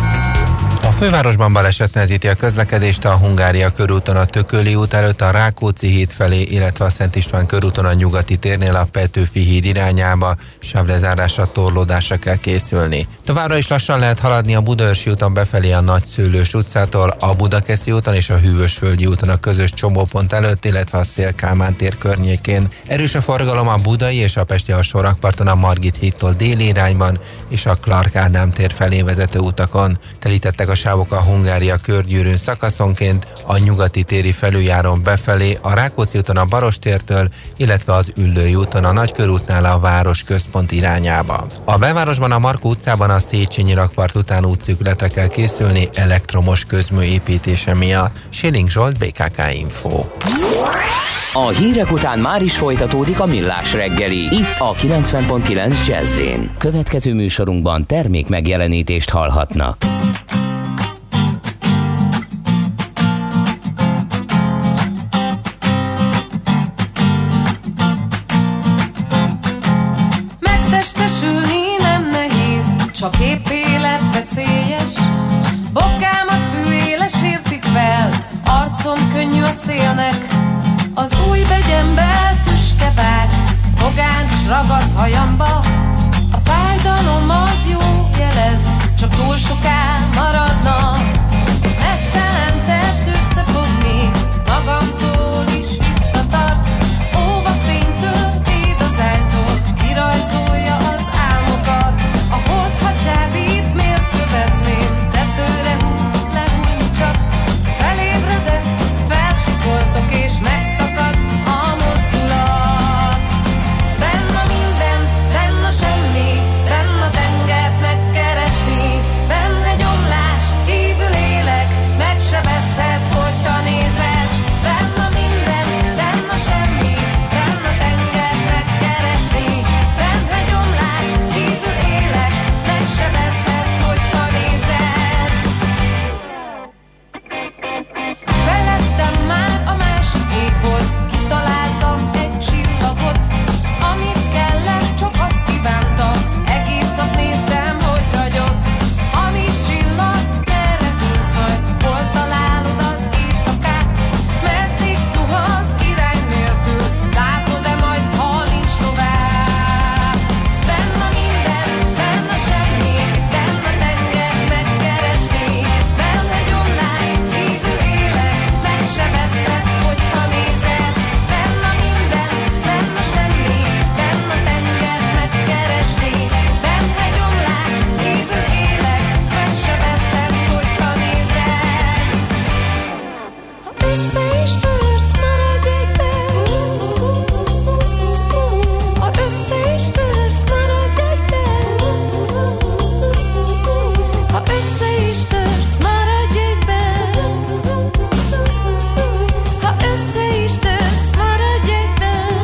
A fővárosban baleset nehezíti a közlekedést a Hungária körúton a Tököli út előtt a Rákóczi híd felé, illetve a Szent István körúton a Nyugati térnél a Petőfi híd irányába. Sávlezárásra, torlódásra kell készülni. Továbbra is lassan lehet haladni a Budaörsi úton befelé a Nagyszőlős utcától, a Budakeszi úton és a Hűvösvölgyi úton a közös csomópont előtt, illetve a Széll-Kálmán tér környékén. Erős a forgalom a Budai és a Pesti alsórakparton a Margit hídtól déli irányban és a Clark Ádám tér felé vezető utakon. Telítettek a sávok a Hungária körgyűrűn szakaszonként, a Nyugati téri felüljáron befelé, a Rákóczi úton a Barostértől, illetve az Üllői úton a Nagykörútnál a város központ irányába. A belvárosban a Markó utcában a Széchenyi rakpart után útszűkületre kell készülni elektromos közmű építése miatt. Schilling Zsolt, bé ká ká Info. A hírek után már is folytatódik a Millás reggeli, itt a kilencven pont kilenc Jazz-én. Következő műsorunkban termék megjelenítést hallhatnak. csak épp életveszélyes. Bokámat fűéles értik fel, arcom könnyű a szélnek. Az új begyembe tüske vág, fogán s ragadt hajamba. A fájdalom az jó jelez, csak túl soká maradna. Esztelen test összefogni, magamtól is visszatart. Óva fénytől, édazánytól, kirajzolja az álmokat. A hold, ha csábít, miért követném? Tetőre húz, lehújni csak. Felébredek, felsikoltok és megszakad a mozdulat. Benn a minden, benn a semmi, benn a tengert megkeresni. Benn egy omlás, kívül élek, megsebezhet, hogyha nézed. Benn a minden, benn a semmi, benn a tengert megkeresni. Benn egy omlás, kívül élek, megsebezhet, hogyha nézed. Felettem már a másik égbolt, kitaláltam egy csillagot. Amit kellett, csak azt kívántam, egész nap néztem, hogy ragyog. Hamis csillag, merre húz majd, hol találod az éjszakát? Meddig zuhansz irány nélkül, látod-e majd, ha nincs tovább? Benn a minden, benn a semmi, benn a tengert megkeresni. Benn egy omlás, kívül élek, megsebezhet, hogyha nézed. Benn a minden, benn a semmi, benn a tengert megkeresni. Benn egy omlás, kívül élek, megsebezhet, hogyha nézed. Ha össze is törsz, maradj egyben. Ha össze is törsz, maradj egyben. Ha össze is törsz, maradj egyben. Ha össze is törsz, maradj egyben.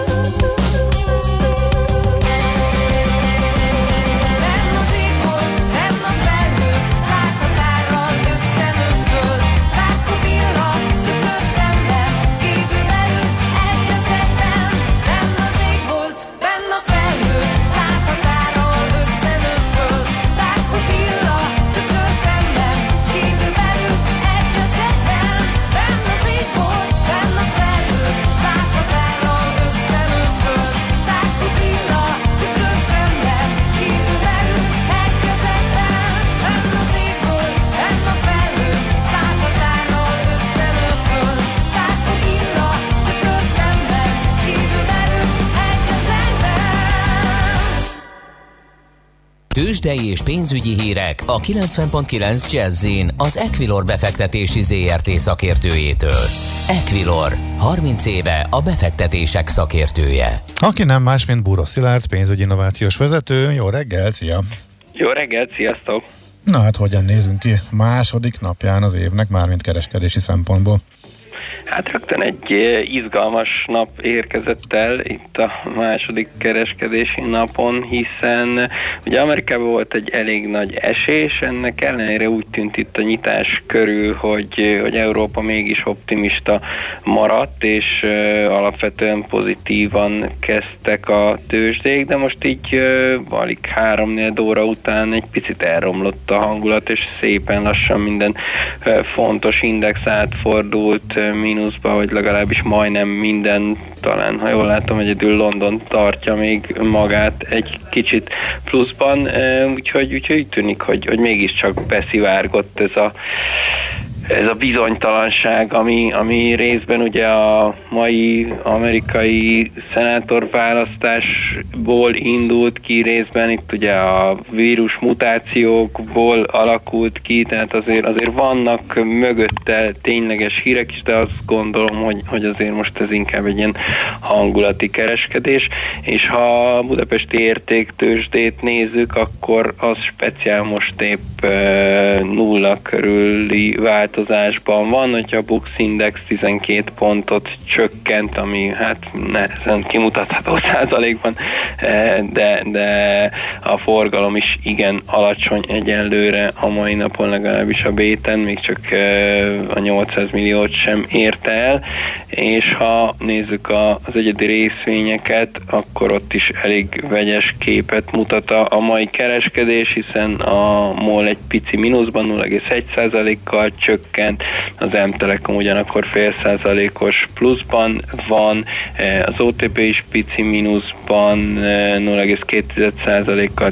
Lenn az égbolt, lenn a felhő, lághatárral összenőtt föld. Látkupilla, tükörszemben, kívül belül, egy közepben. Lenn az égbolt, lenn a felhő, lághatárral összenőtt föld. Látkupilla, tükörszemben, kívül belül, egy közepben. Lenn az égbolt, lenn a felhő, lághatárral összenőtt föld. Látkupilla, tükörszemben, kívül belül, egy közepben. Lenn az égbolt, lenn a felhő, lághatárral összenőtt föld. Látkupilla, tükörszemben, kívül belül, egy közepben. Tőzsdei és pénzügyi hírek a kilencven pont kilenc Jazz-in az Equilor befektetési zé er té szakértőjétől. Equilor, harminc éve a befektetések szakértője. Aki nem más, mint Búró Szilárd, pénzügyi innovációs vezető. Jó reggel, szia! Jó reggelt, sziasztok! Na hát hogyan nézünk ki második napján az évnek, mármint kereskedési szempontból? Hát rögtön egy izgalmas nap érkezett el itt a második kereskedési napon, hiszen ugye Amerikában volt egy elég nagy esés, ennek ellenére úgy tűnt itt a nyitás körül, hogy, hogy Európa mégis optimista maradt, és uh, alapvetően pozitívan kezdtek a tőzsdék, de most így uh, alig három-négy óra után egy picit elromlott a hangulat, és szépen lassan minden uh, fontos index átfordult uh, mínuszba, vagy legalábbis majdnem minden, talán, ha jól látom, egyedül London tartja még magát egy kicsit pluszban, úgyhogy, úgyhogy úgy tűnik, hogy, hogy mégiscsak beszivárgott ez a ez a bizonytalanság, ami, ami részben ugye a mai amerikai szenátorválasztásból indult ki, részben itt ugye a vírus mutációkból alakult ki, tehát azért, azért vannak mögötte tényleges hírek is, de azt gondolom, hogy, hogy azért most ez inkább egy ilyen hangulati kereskedés, és ha a budapesti értéktőzsdét nézzük, akkor az speciál most épp e, nulla körüli változás változásban van, hogyha a Bux Index tizenkét pontot csökkent, ami hát nehezen kimutatható százalékban, de, de a forgalom is igen alacsony egyenlőre a mai napon, legalábbis a Béten, még csak a nyolcszáz milliót sem érte el, és ha nézzük az egyedi részvényeket, akkor ott is elég vegyes képet mutat a, a mai kereskedés, hiszen a MOL egy pici mínuszban nulla egész egy százalékkal csökkent, az M-Telekom ugyanakkor fél százalékos pluszban van, az o té pé is pici mínuszban nulla egész két százalékkal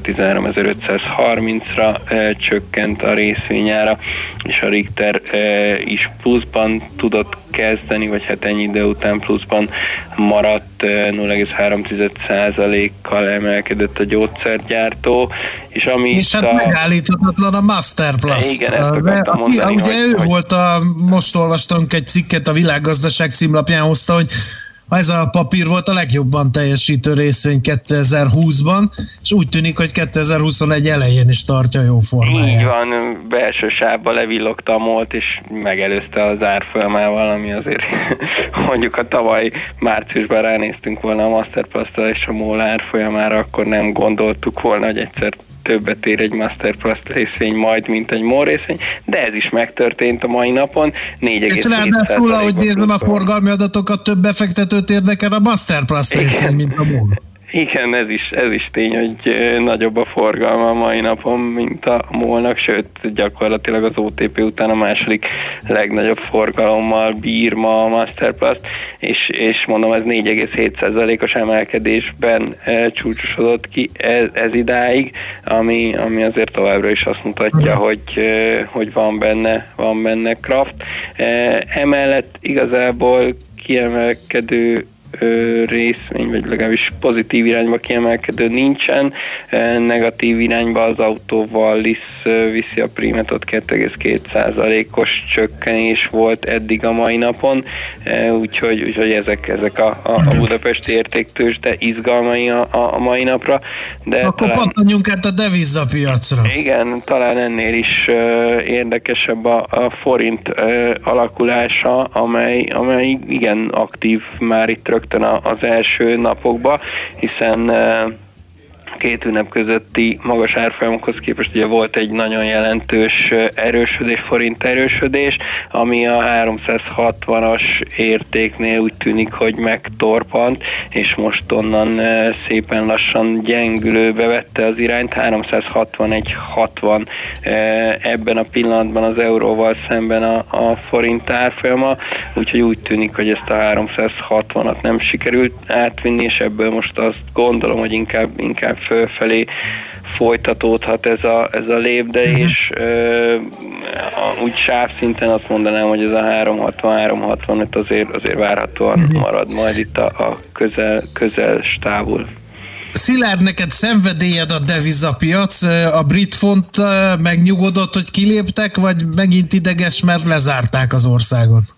tizenháromezer-ötszázharmincra csökkent a részvényára, és a Richter is pluszban tudott kezdeni, vagy hát ennyi idő után pluszban maradt, nulla egész három százalékkal emelkedett a gyógyszergyártó, és ami és hát a... megállíthatatlan a Masterplast. Igen, ezt akartam mondani. Ugye hogy, ő hogy... volt a, most olvastunk egy cikket, a Világgazdaság címlapján hozta, hogy ez a papír volt a legjobban teljesítő részvény kétezer-húszban, és úgy tűnik, hogy kétezer-huszonegy elején is tartja jó formáját. Így van, belső sávba levillogta a MOL-t, és megelőzte az árfolyamával, ami azért mondjuk a tavaly márciusban ránéztünk volna a Masterplast-ra és a MOL árfolyamára, akkor nem gondoltuk volna, hogy egyszer többet ér egy Masterplast részvény majd, mint egy MOL részvény, de ez is megtörtént a mai napon. négy egész hét százalékban. És ráadásul, ahogy nézem a forgalmi adatokat, több befektetőt érdekel a Masterplast részvény, mint a MOL. Igen, ez is, ez is tény, hogy nagyobb a forgalma a mai napon, mint a MOL-nak, sőt, gyakorlatilag az o té pé után a második legnagyobb forgalommal bír ma a Masterplast, és, és mondom, ez négy egész hét százalékos emelkedésben e, csúcsosodott ki ez, ez idáig, ami, ami azért továbbra is azt mutatja, hogy, e, hogy van benne, van benne kraft. E, emellett igazából kiemelkedő részvény, vagy legalábbis pozitív irányba kiemelkedő nincsen, negatív irányba az autóval viszi a prímet, két egész két százalékos csökkenés volt eddig a mai napon, úgyhogy, úgyhogy ezek, ezek a, a, a budapesti értéktőzsde izgalmai a, a mai napra. De akkor talán, pattanjunk át a devizapiacra. Igen, talán ennél is uh, érdekesebb a, a forint uh, alakulása, amely, amely igen aktív már itt rögtön az első napokban, hiszen két ünnep közötti magas árfolyamokhoz képest ugye volt egy nagyon jelentős erősödés, forint erősödés, ami a háromszázhatvanas értéknél úgy tűnik, hogy megtorpant, és most onnan szépen lassan gyengülőbe vette az irányt, háromszázhatvanegy hatvan ebben a pillanatban az euróval szemben a, a forint árfolyama, úgyhogy úgy tűnik, hogy ezt a háromszázhatvanat nem sikerült átvinni, és ebből most azt gondolom, hogy inkább, inkább fölfelé folytatódhat ez a, ez a lépde, uh-huh. és ö, úgy sávszinten azt mondanám, hogy ez a háromszázhatvan háromszázhatvanöt azért, azért várhatóan uh-huh. marad majd itt a, a közel, közel stávul. Szilárd, neked szenvedélyed a devizapiac, a brit font megnyugodott, hogy kiléptek, vagy megint ideges, mert lezárták az országot?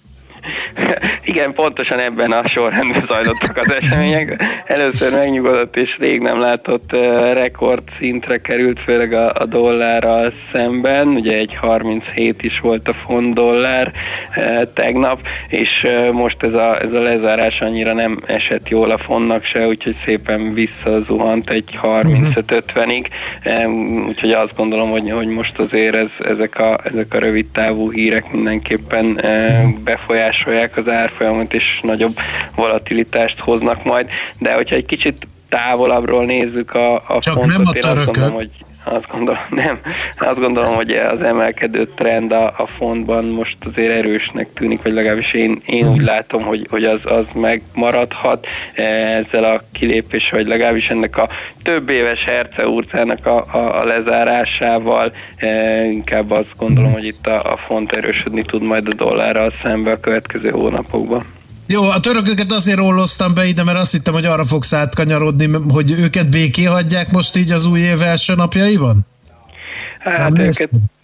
Igen, pontosan ebben a sorrendben zajlottak az események. Először megnyugodott és rég nem látott uh, rekord szintre került, főleg a, a dollárral szemben. Ugye egy harminchét is volt a font dollár uh, tegnap, és uh, most ez a, ez a lezárás annyira nem esett jól a fontnak se, úgyhogy szépen visszazuhant egy harmincöt ötvenig. Um, úgyhogy azt gondolom, hogy, hogy most azért ez, ezek, a, ezek a rövid távú hírek mindenképpen uh, befolyásolják az árfolyamot, és nagyobb volatilitást hoznak majd, de hogyha egy kicsit távolabbról nézzük a, a Csak fontot, nem a én azt gondolom, hogy azt gondolom, nem, azt gondolom, hogy az emelkedő trend a, a fontban most azért erősnek tűnik, vagy legalábbis én, én úgy látom, hogy, hogy az, az megmaradhat ezzel a kilépés, vagy legalábbis ennek a több éves herceurcának a, a, a lezárásával. Inkább azt gondolom, hogy itt a, a font erősödni tud majd a dollárral szembe a következő hónapokban. Jó, a törököket azért rolloztam be ide, mert azt hittem, hogy arra fogsz átkanyarodni, hogy őket béké hagyják most így az új év első napjaiban? Hát őket,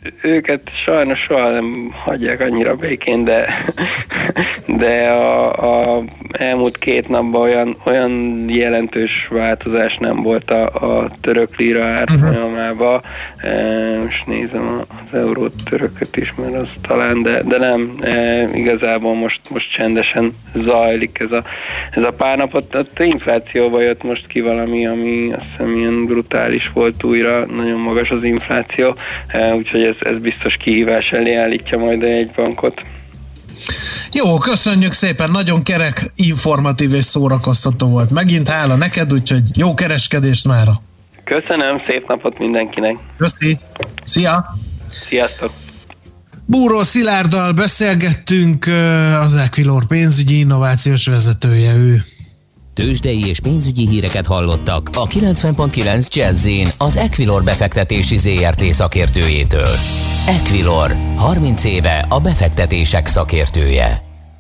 őket sajnos soha nem hagyják annyira békén, de, de a, a elmúlt két napban olyan, olyan jelentős változás nem volt a, a török lira árfolyamában. E, most nézem az eurót törököt is, mert az talán, de, de nem, e, igazából most, most csendesen zajlik ez a, ez a pár napot. A inflációba jött most ki valami, ami azt hiszem ilyen brutális volt újra, nagyon magas az infláció, e, úgyhogy ez, ez biztos kihívás elé állítja majd a jegybankot. Jó, köszönjük szépen, nagyon kerek, informatív és szórakoztató volt. Megint hála neked, úgyhogy jó kereskedést mára. Köszönöm, szép napot mindenkinek. Köszi, szia! Sziasztok! Búró Szilárddal beszélgettünk, az Equilor pénzügyi innovációs vezetője ő. Tőzsdei és pénzügyi híreket hallottak a kilencven pont kilenc Jazz-in az Equilor befektetési zé er té szakértőjétől. Equilor, harminc éve a befektetések szakértője.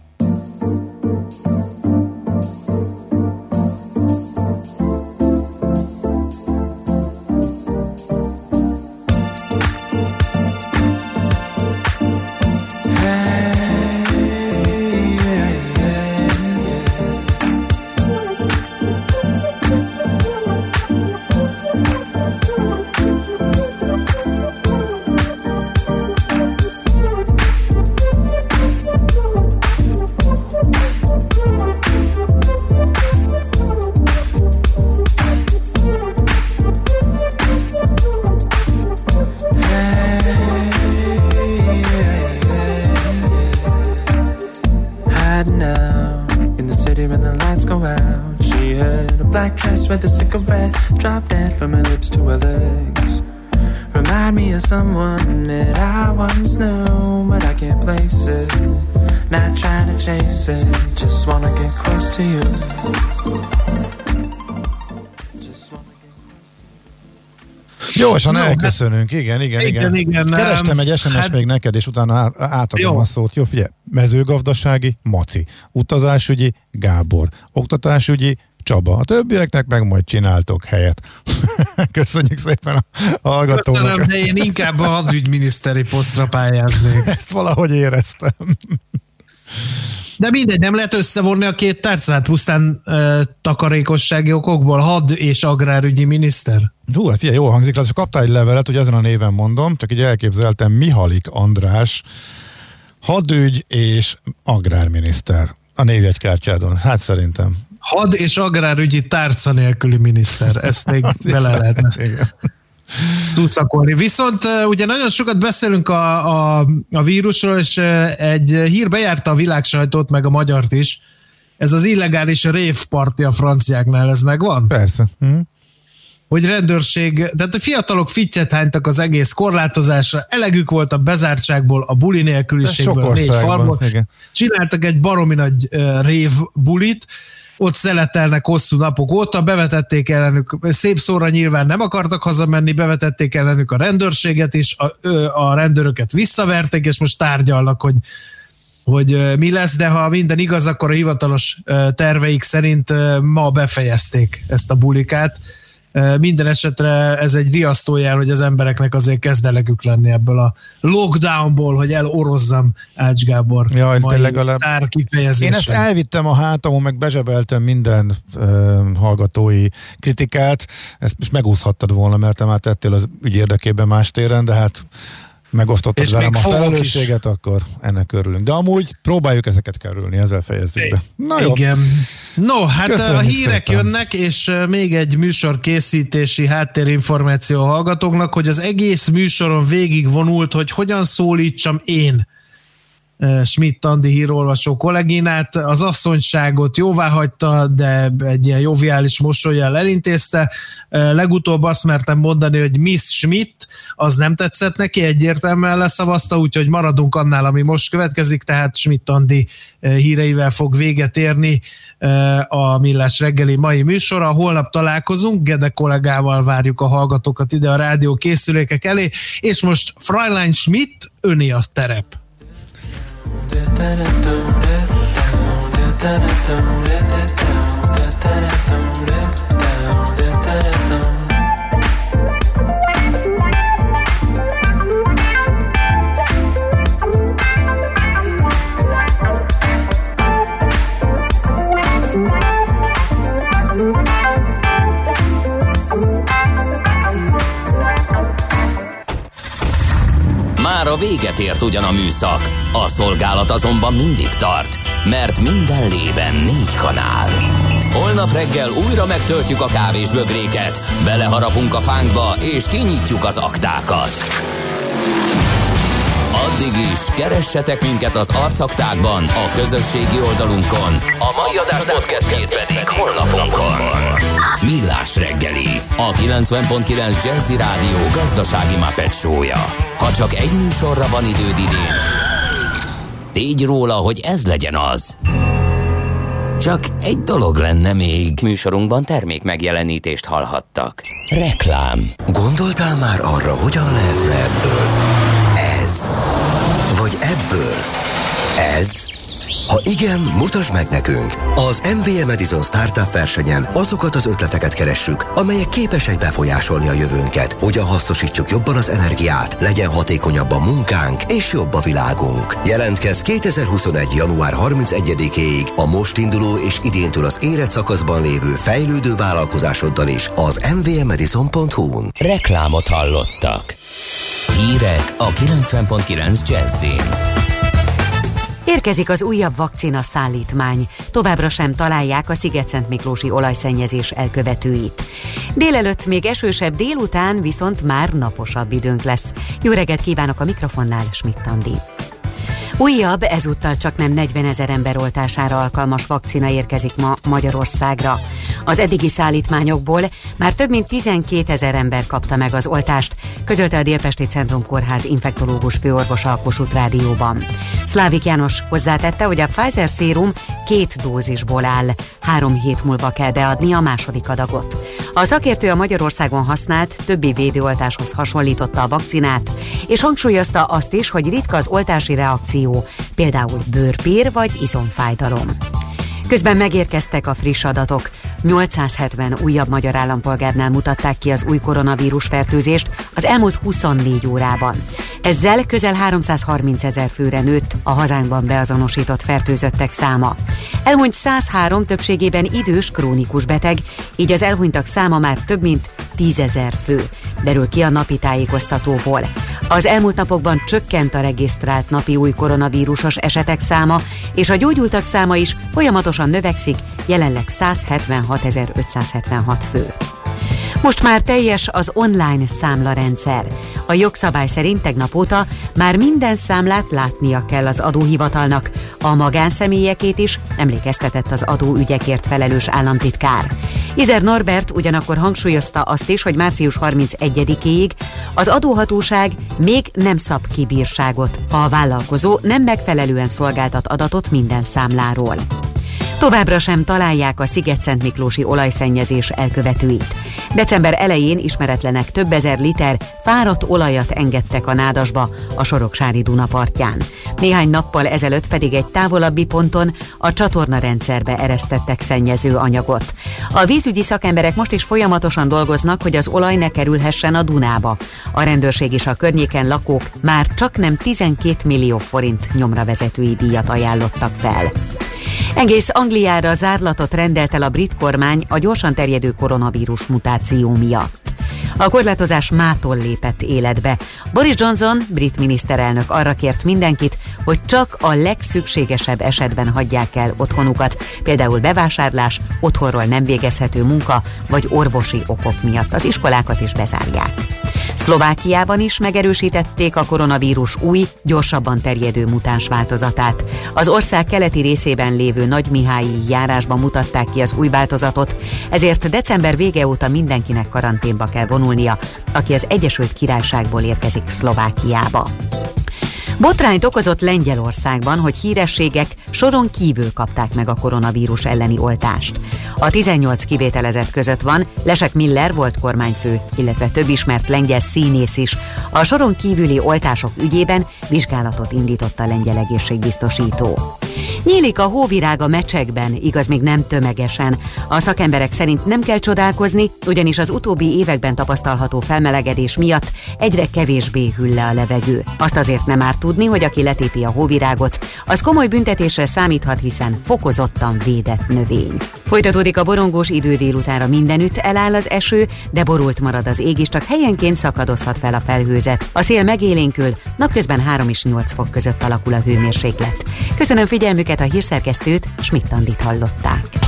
With a cigarette, drop dead from her lips to her legs. Remind me of someone that I once knew, but I can't place it. Not trying to chase it, just wanna get close to you. Gyorsan elköszönünk, igen, igen, igen. igen. Kerestem egy es em es hát, még neked, és utána átadom jó. a szót. Jó, figyelj, mezőgazdasági, Maci, utazásügyi, Gábor, oktatásügyi, Csaba. A többieknek meg majd csináltok helyet. Köszönjük szépen a hallgatónak. Köszönöm, de én inkább a hadügyminiszteri posztra pályáznék. Ezt valahogy éreztem. De mindegy, nem lehet összevonni a két tárcát pusztán uh, takarékossági okokból, had és agrárügyi miniszter? Hú, hát figyelj, jól hangzik, csak kaptál egy levelet, hogy ezen a néven mondom, csak így elképzeltem, Mihalik András, hadügy és agrárminiszter a névjegykártyádon. Hát szerintem. Had és agrárügyi tárca nélküli miniszter. Ezt még bele lehetne szucakolni. Viszont ugye nagyon sokat beszélünk a, a, a vírusról, és egy hír bejárta a világsajtót, meg a magyart is. Ez az illegális rave party a franciáknál, ez megvan? Persze. Hm. Hogy rendőrség, tehát a fiatalok fittyet hánytak az egész korlátozásra, elegük volt a bezártságból, a buli nélküliségből, négy farból. Csináltak egy baromi nagy uh, rave bulit, ott szeletelnek hosszú napok óta, bevetették ellenük, szép szóra nyilván nem akartak hazamenni, bevetették ellenük a rendőrséget is, a, a rendőröket visszaverték, és most tárgyalnak, hogy, hogy mi lesz, de ha minden igaz, akkor a hivatalos terveik szerint ma befejezték ezt a bulikát. Minden esetre ez egy riasztójel, hogy az embereknek azért kezd elegük lenni ebből a lockdownból, hogy elorozzam Ács Gábor Jaj, mai legalább... sztár kifejezésre. Én ezt elvittem a hátamon, meg bezsebeltem minden uh, hallgatói kritikát. Ezt most megúszhattad volna, mert te már tettél az ügy érdekében más téren, de hát megosztottad velem a felelősséget, is. Akkor ennek örülünk. De amúgy próbáljuk ezeket kerülni, ezzel fejezzük be. Na jó. Igen. No, hát köszönjük a hírek szépen. Jönnek, és még egy műsor készítési háttérinformáció a hallgatóknak, hogy az egész műsoron végig vonult, hogy hogyan szólítsam én Schmidt Andi hírolvasó kolléginát. Az asszonyságot jóvá hagyta, de egy ilyen joviális mosollyal elintézte. Legutóbb azt mertem mondani, hogy Miss Schmidt, az nem tetszett neki, egyértelműen leszavazta, úgyhogy maradunk annál, ami most következik, tehát Schmidt Andi híreivel fog véget érni a Millás reggeli mai műsora. Holnap találkozunk, Gede kollégával várjuk a hallgatókat ide a rádió készülékek elé, és most Fräulein Schmidt, öné a terep. véget ért ugyan a műszak, a szolgálat azonban mindig tart, mert minden lében négy kanál. Holnap reggel újra megtöltjük a kávésbögréket, beleharapunk a fánkba és kinyitjuk az aktákat. Addig is keressetek minket az arcaktákban, a közösségi oldalunkon. A mai adás podcastjét pedig honlapunkon. Millás reggeli, a kilencven pont kilenc Jazzy Rádió gazdasági Muppet show-ja. Ha csak egy műsorra van időd idén, tégy róla, hogy ez legyen az. Csak egy dolog lenne még. Műsorunkban termék megjelenítést hallhattak. Reklám. Gondoltál már arra, hogyan lehetne ebből ez? Vagy ebből ez? Ha igen, mutasd meg nekünk! Az em vé em Edison Startup versenyen azokat az ötleteket keressük, amelyek képesek befolyásolni a jövőnket, hogyan hasznosítsuk jobban az energiát, legyen hatékonyabb a munkánk és jobb a világunk. Jelentkezz kétezer-huszonegy. január harmincegyedikéig a most induló és idéntől az érett szakaszban lévő fejlődő vállalkozásoddal is az em vé em edison pont hu-n. Reklámot hallottak. Hírek a kilencven pont kilenc Jazzyn. Érkezik az újabb vakcina szállítmány. Továbbra sem találják a Szigetszentmiklósi olajszennyezés elkövetőit. Délelőtt még esősebb, délután viszont már naposabb időnk lesz. Jó reggelt kívánok, a mikrofonnál, Schmidt Andi. Újabb, ezúttal csak nem negyvenezer ember oltására alkalmas vakcina érkezik ma Magyarországra. Az eddigi szállítmányokból már több mint tizenkétezer ember kapta meg az oltást, közölte a Délpesti Centrum Kórház infektológus főorvosa a Kossuth Rádióban. Szlávik János hozzátette, hogy a Pfizer szérum két dózisból áll, három hét múlva kell beadni a második adagot. A szakértő a Magyarországon használt többi védőoltáshoz hasonlította a vakcinát, és hangsúlyozta azt is, hogy ritka az oltási reakció, például bőrpír vagy izomfájdalom. Közben megérkeztek a friss adatok. nyolcszázhetven újabb magyar állampolgárnál mutatták ki az új koronavírus fertőzést az elmúlt huszonnégy órában. Ezzel közel háromszázharmincezer főre nőtt a hazánkban beazonosított fertőzöttek száma. Elhunyt száz három, többségében idős, krónikus beteg, így az elhunytak száma már több mint tízezer fő, derül ki a napi tájékoztatóból. Az elmúlt napokban csökkent a regisztrált napi új koronavírusos esetek száma, és a gyógyultak száma is folyamatosan növekszik, jelenleg százhetvenhatezer-ötszázhetvenhat fő. Most már teljes az online számlarendszer. A jogszabály szerint tegnap óta már minden számlát látnia kell az adóhivatalnak, a magánszemélyekét is, emlékeztetett az adóügyekért felelős államtitkár. Izer Norbert ugyanakkor hangsúlyozta azt is, hogy március harmincegyedikéig az adóhatóság még nem szab ki bírságot, ha a vállalkozó nem megfelelően szolgáltat adatot minden számláról. Továbbra sem találják a Szigetszentmiklósi olajszennyezés elkövetőit. December elején ismeretlenek több ezer liter fáradt olajat engedtek a Nádasba, a Soroksári Duna partján. Néhány nappal ezelőtt pedig egy távolabbi ponton a csatornarendszerbe eresztettek szennyező anyagot. A vízügyi szakemberek most is folyamatosan dolgoznak, hogy az olaj ne kerülhessen a Dunába. A rendőrség és a környéken lakók már csak nem tizenkét millió forint nyomravezetői díjat ajánlottak fel. Egész Angliára zárlatot rendelt el a brit kormány a gyorsan terjedő koronavírus mutáció miatt. A korlátozás mától lépett életbe. Boris Johnson, brit miniszterelnök arra kért mindenkit, hogy csak a legszükségesebb esetben hagyják el otthonukat, például bevásárlás, otthonról nem végezhető munka vagy orvosi okok miatt. Az iskolákat is bezárják. Szlovákiában is megerősítették a koronavírus új, gyorsabban terjedő mutáns változatát. Az ország keleti részében lévő Nagymihályi járásban mutatták ki az új változatot, ezért december vége óta mindenkinek karanténba kell vonulnia, aki az Egyesült Királyságból érkezik Szlovákiába. Botrányt okozott Lengyelországban, hogy hírességek soron kívül kapták meg a koronavírus elleni oltást. A tizennyolc kivételezett között van Leszek Miller volt kormányfő, illetve több ismert lengyel színész is. A soron kívüli oltások ügyében vizsgálatot indított a lengyel egészségbiztosító. Nyílik a hóvirág a mecsekben, igaz még nem tömegesen. A szakemberek szerint nem kell csodálkozni, ugyanis az utóbbi években tapasztalható felmelegedés miatt egyre kevésbé hűl le a levegő. Azt azért nem árt tudni, hogy aki letépi a hóvirágot, az komoly büntetésre számíthat, hiszen fokozottan védett növény. Folytatódik a borongós idő, délutánra mindenütt eláll az eső, de borult marad az ég is, csak helyenként szakadozhat fel a felhőzet. A szél megélénkül, napközben három és nyolc fok között alakul a hőmérséklet. Köszönöm figyelmüket, a hírszerkesztőt, Schmidt Andit hallották.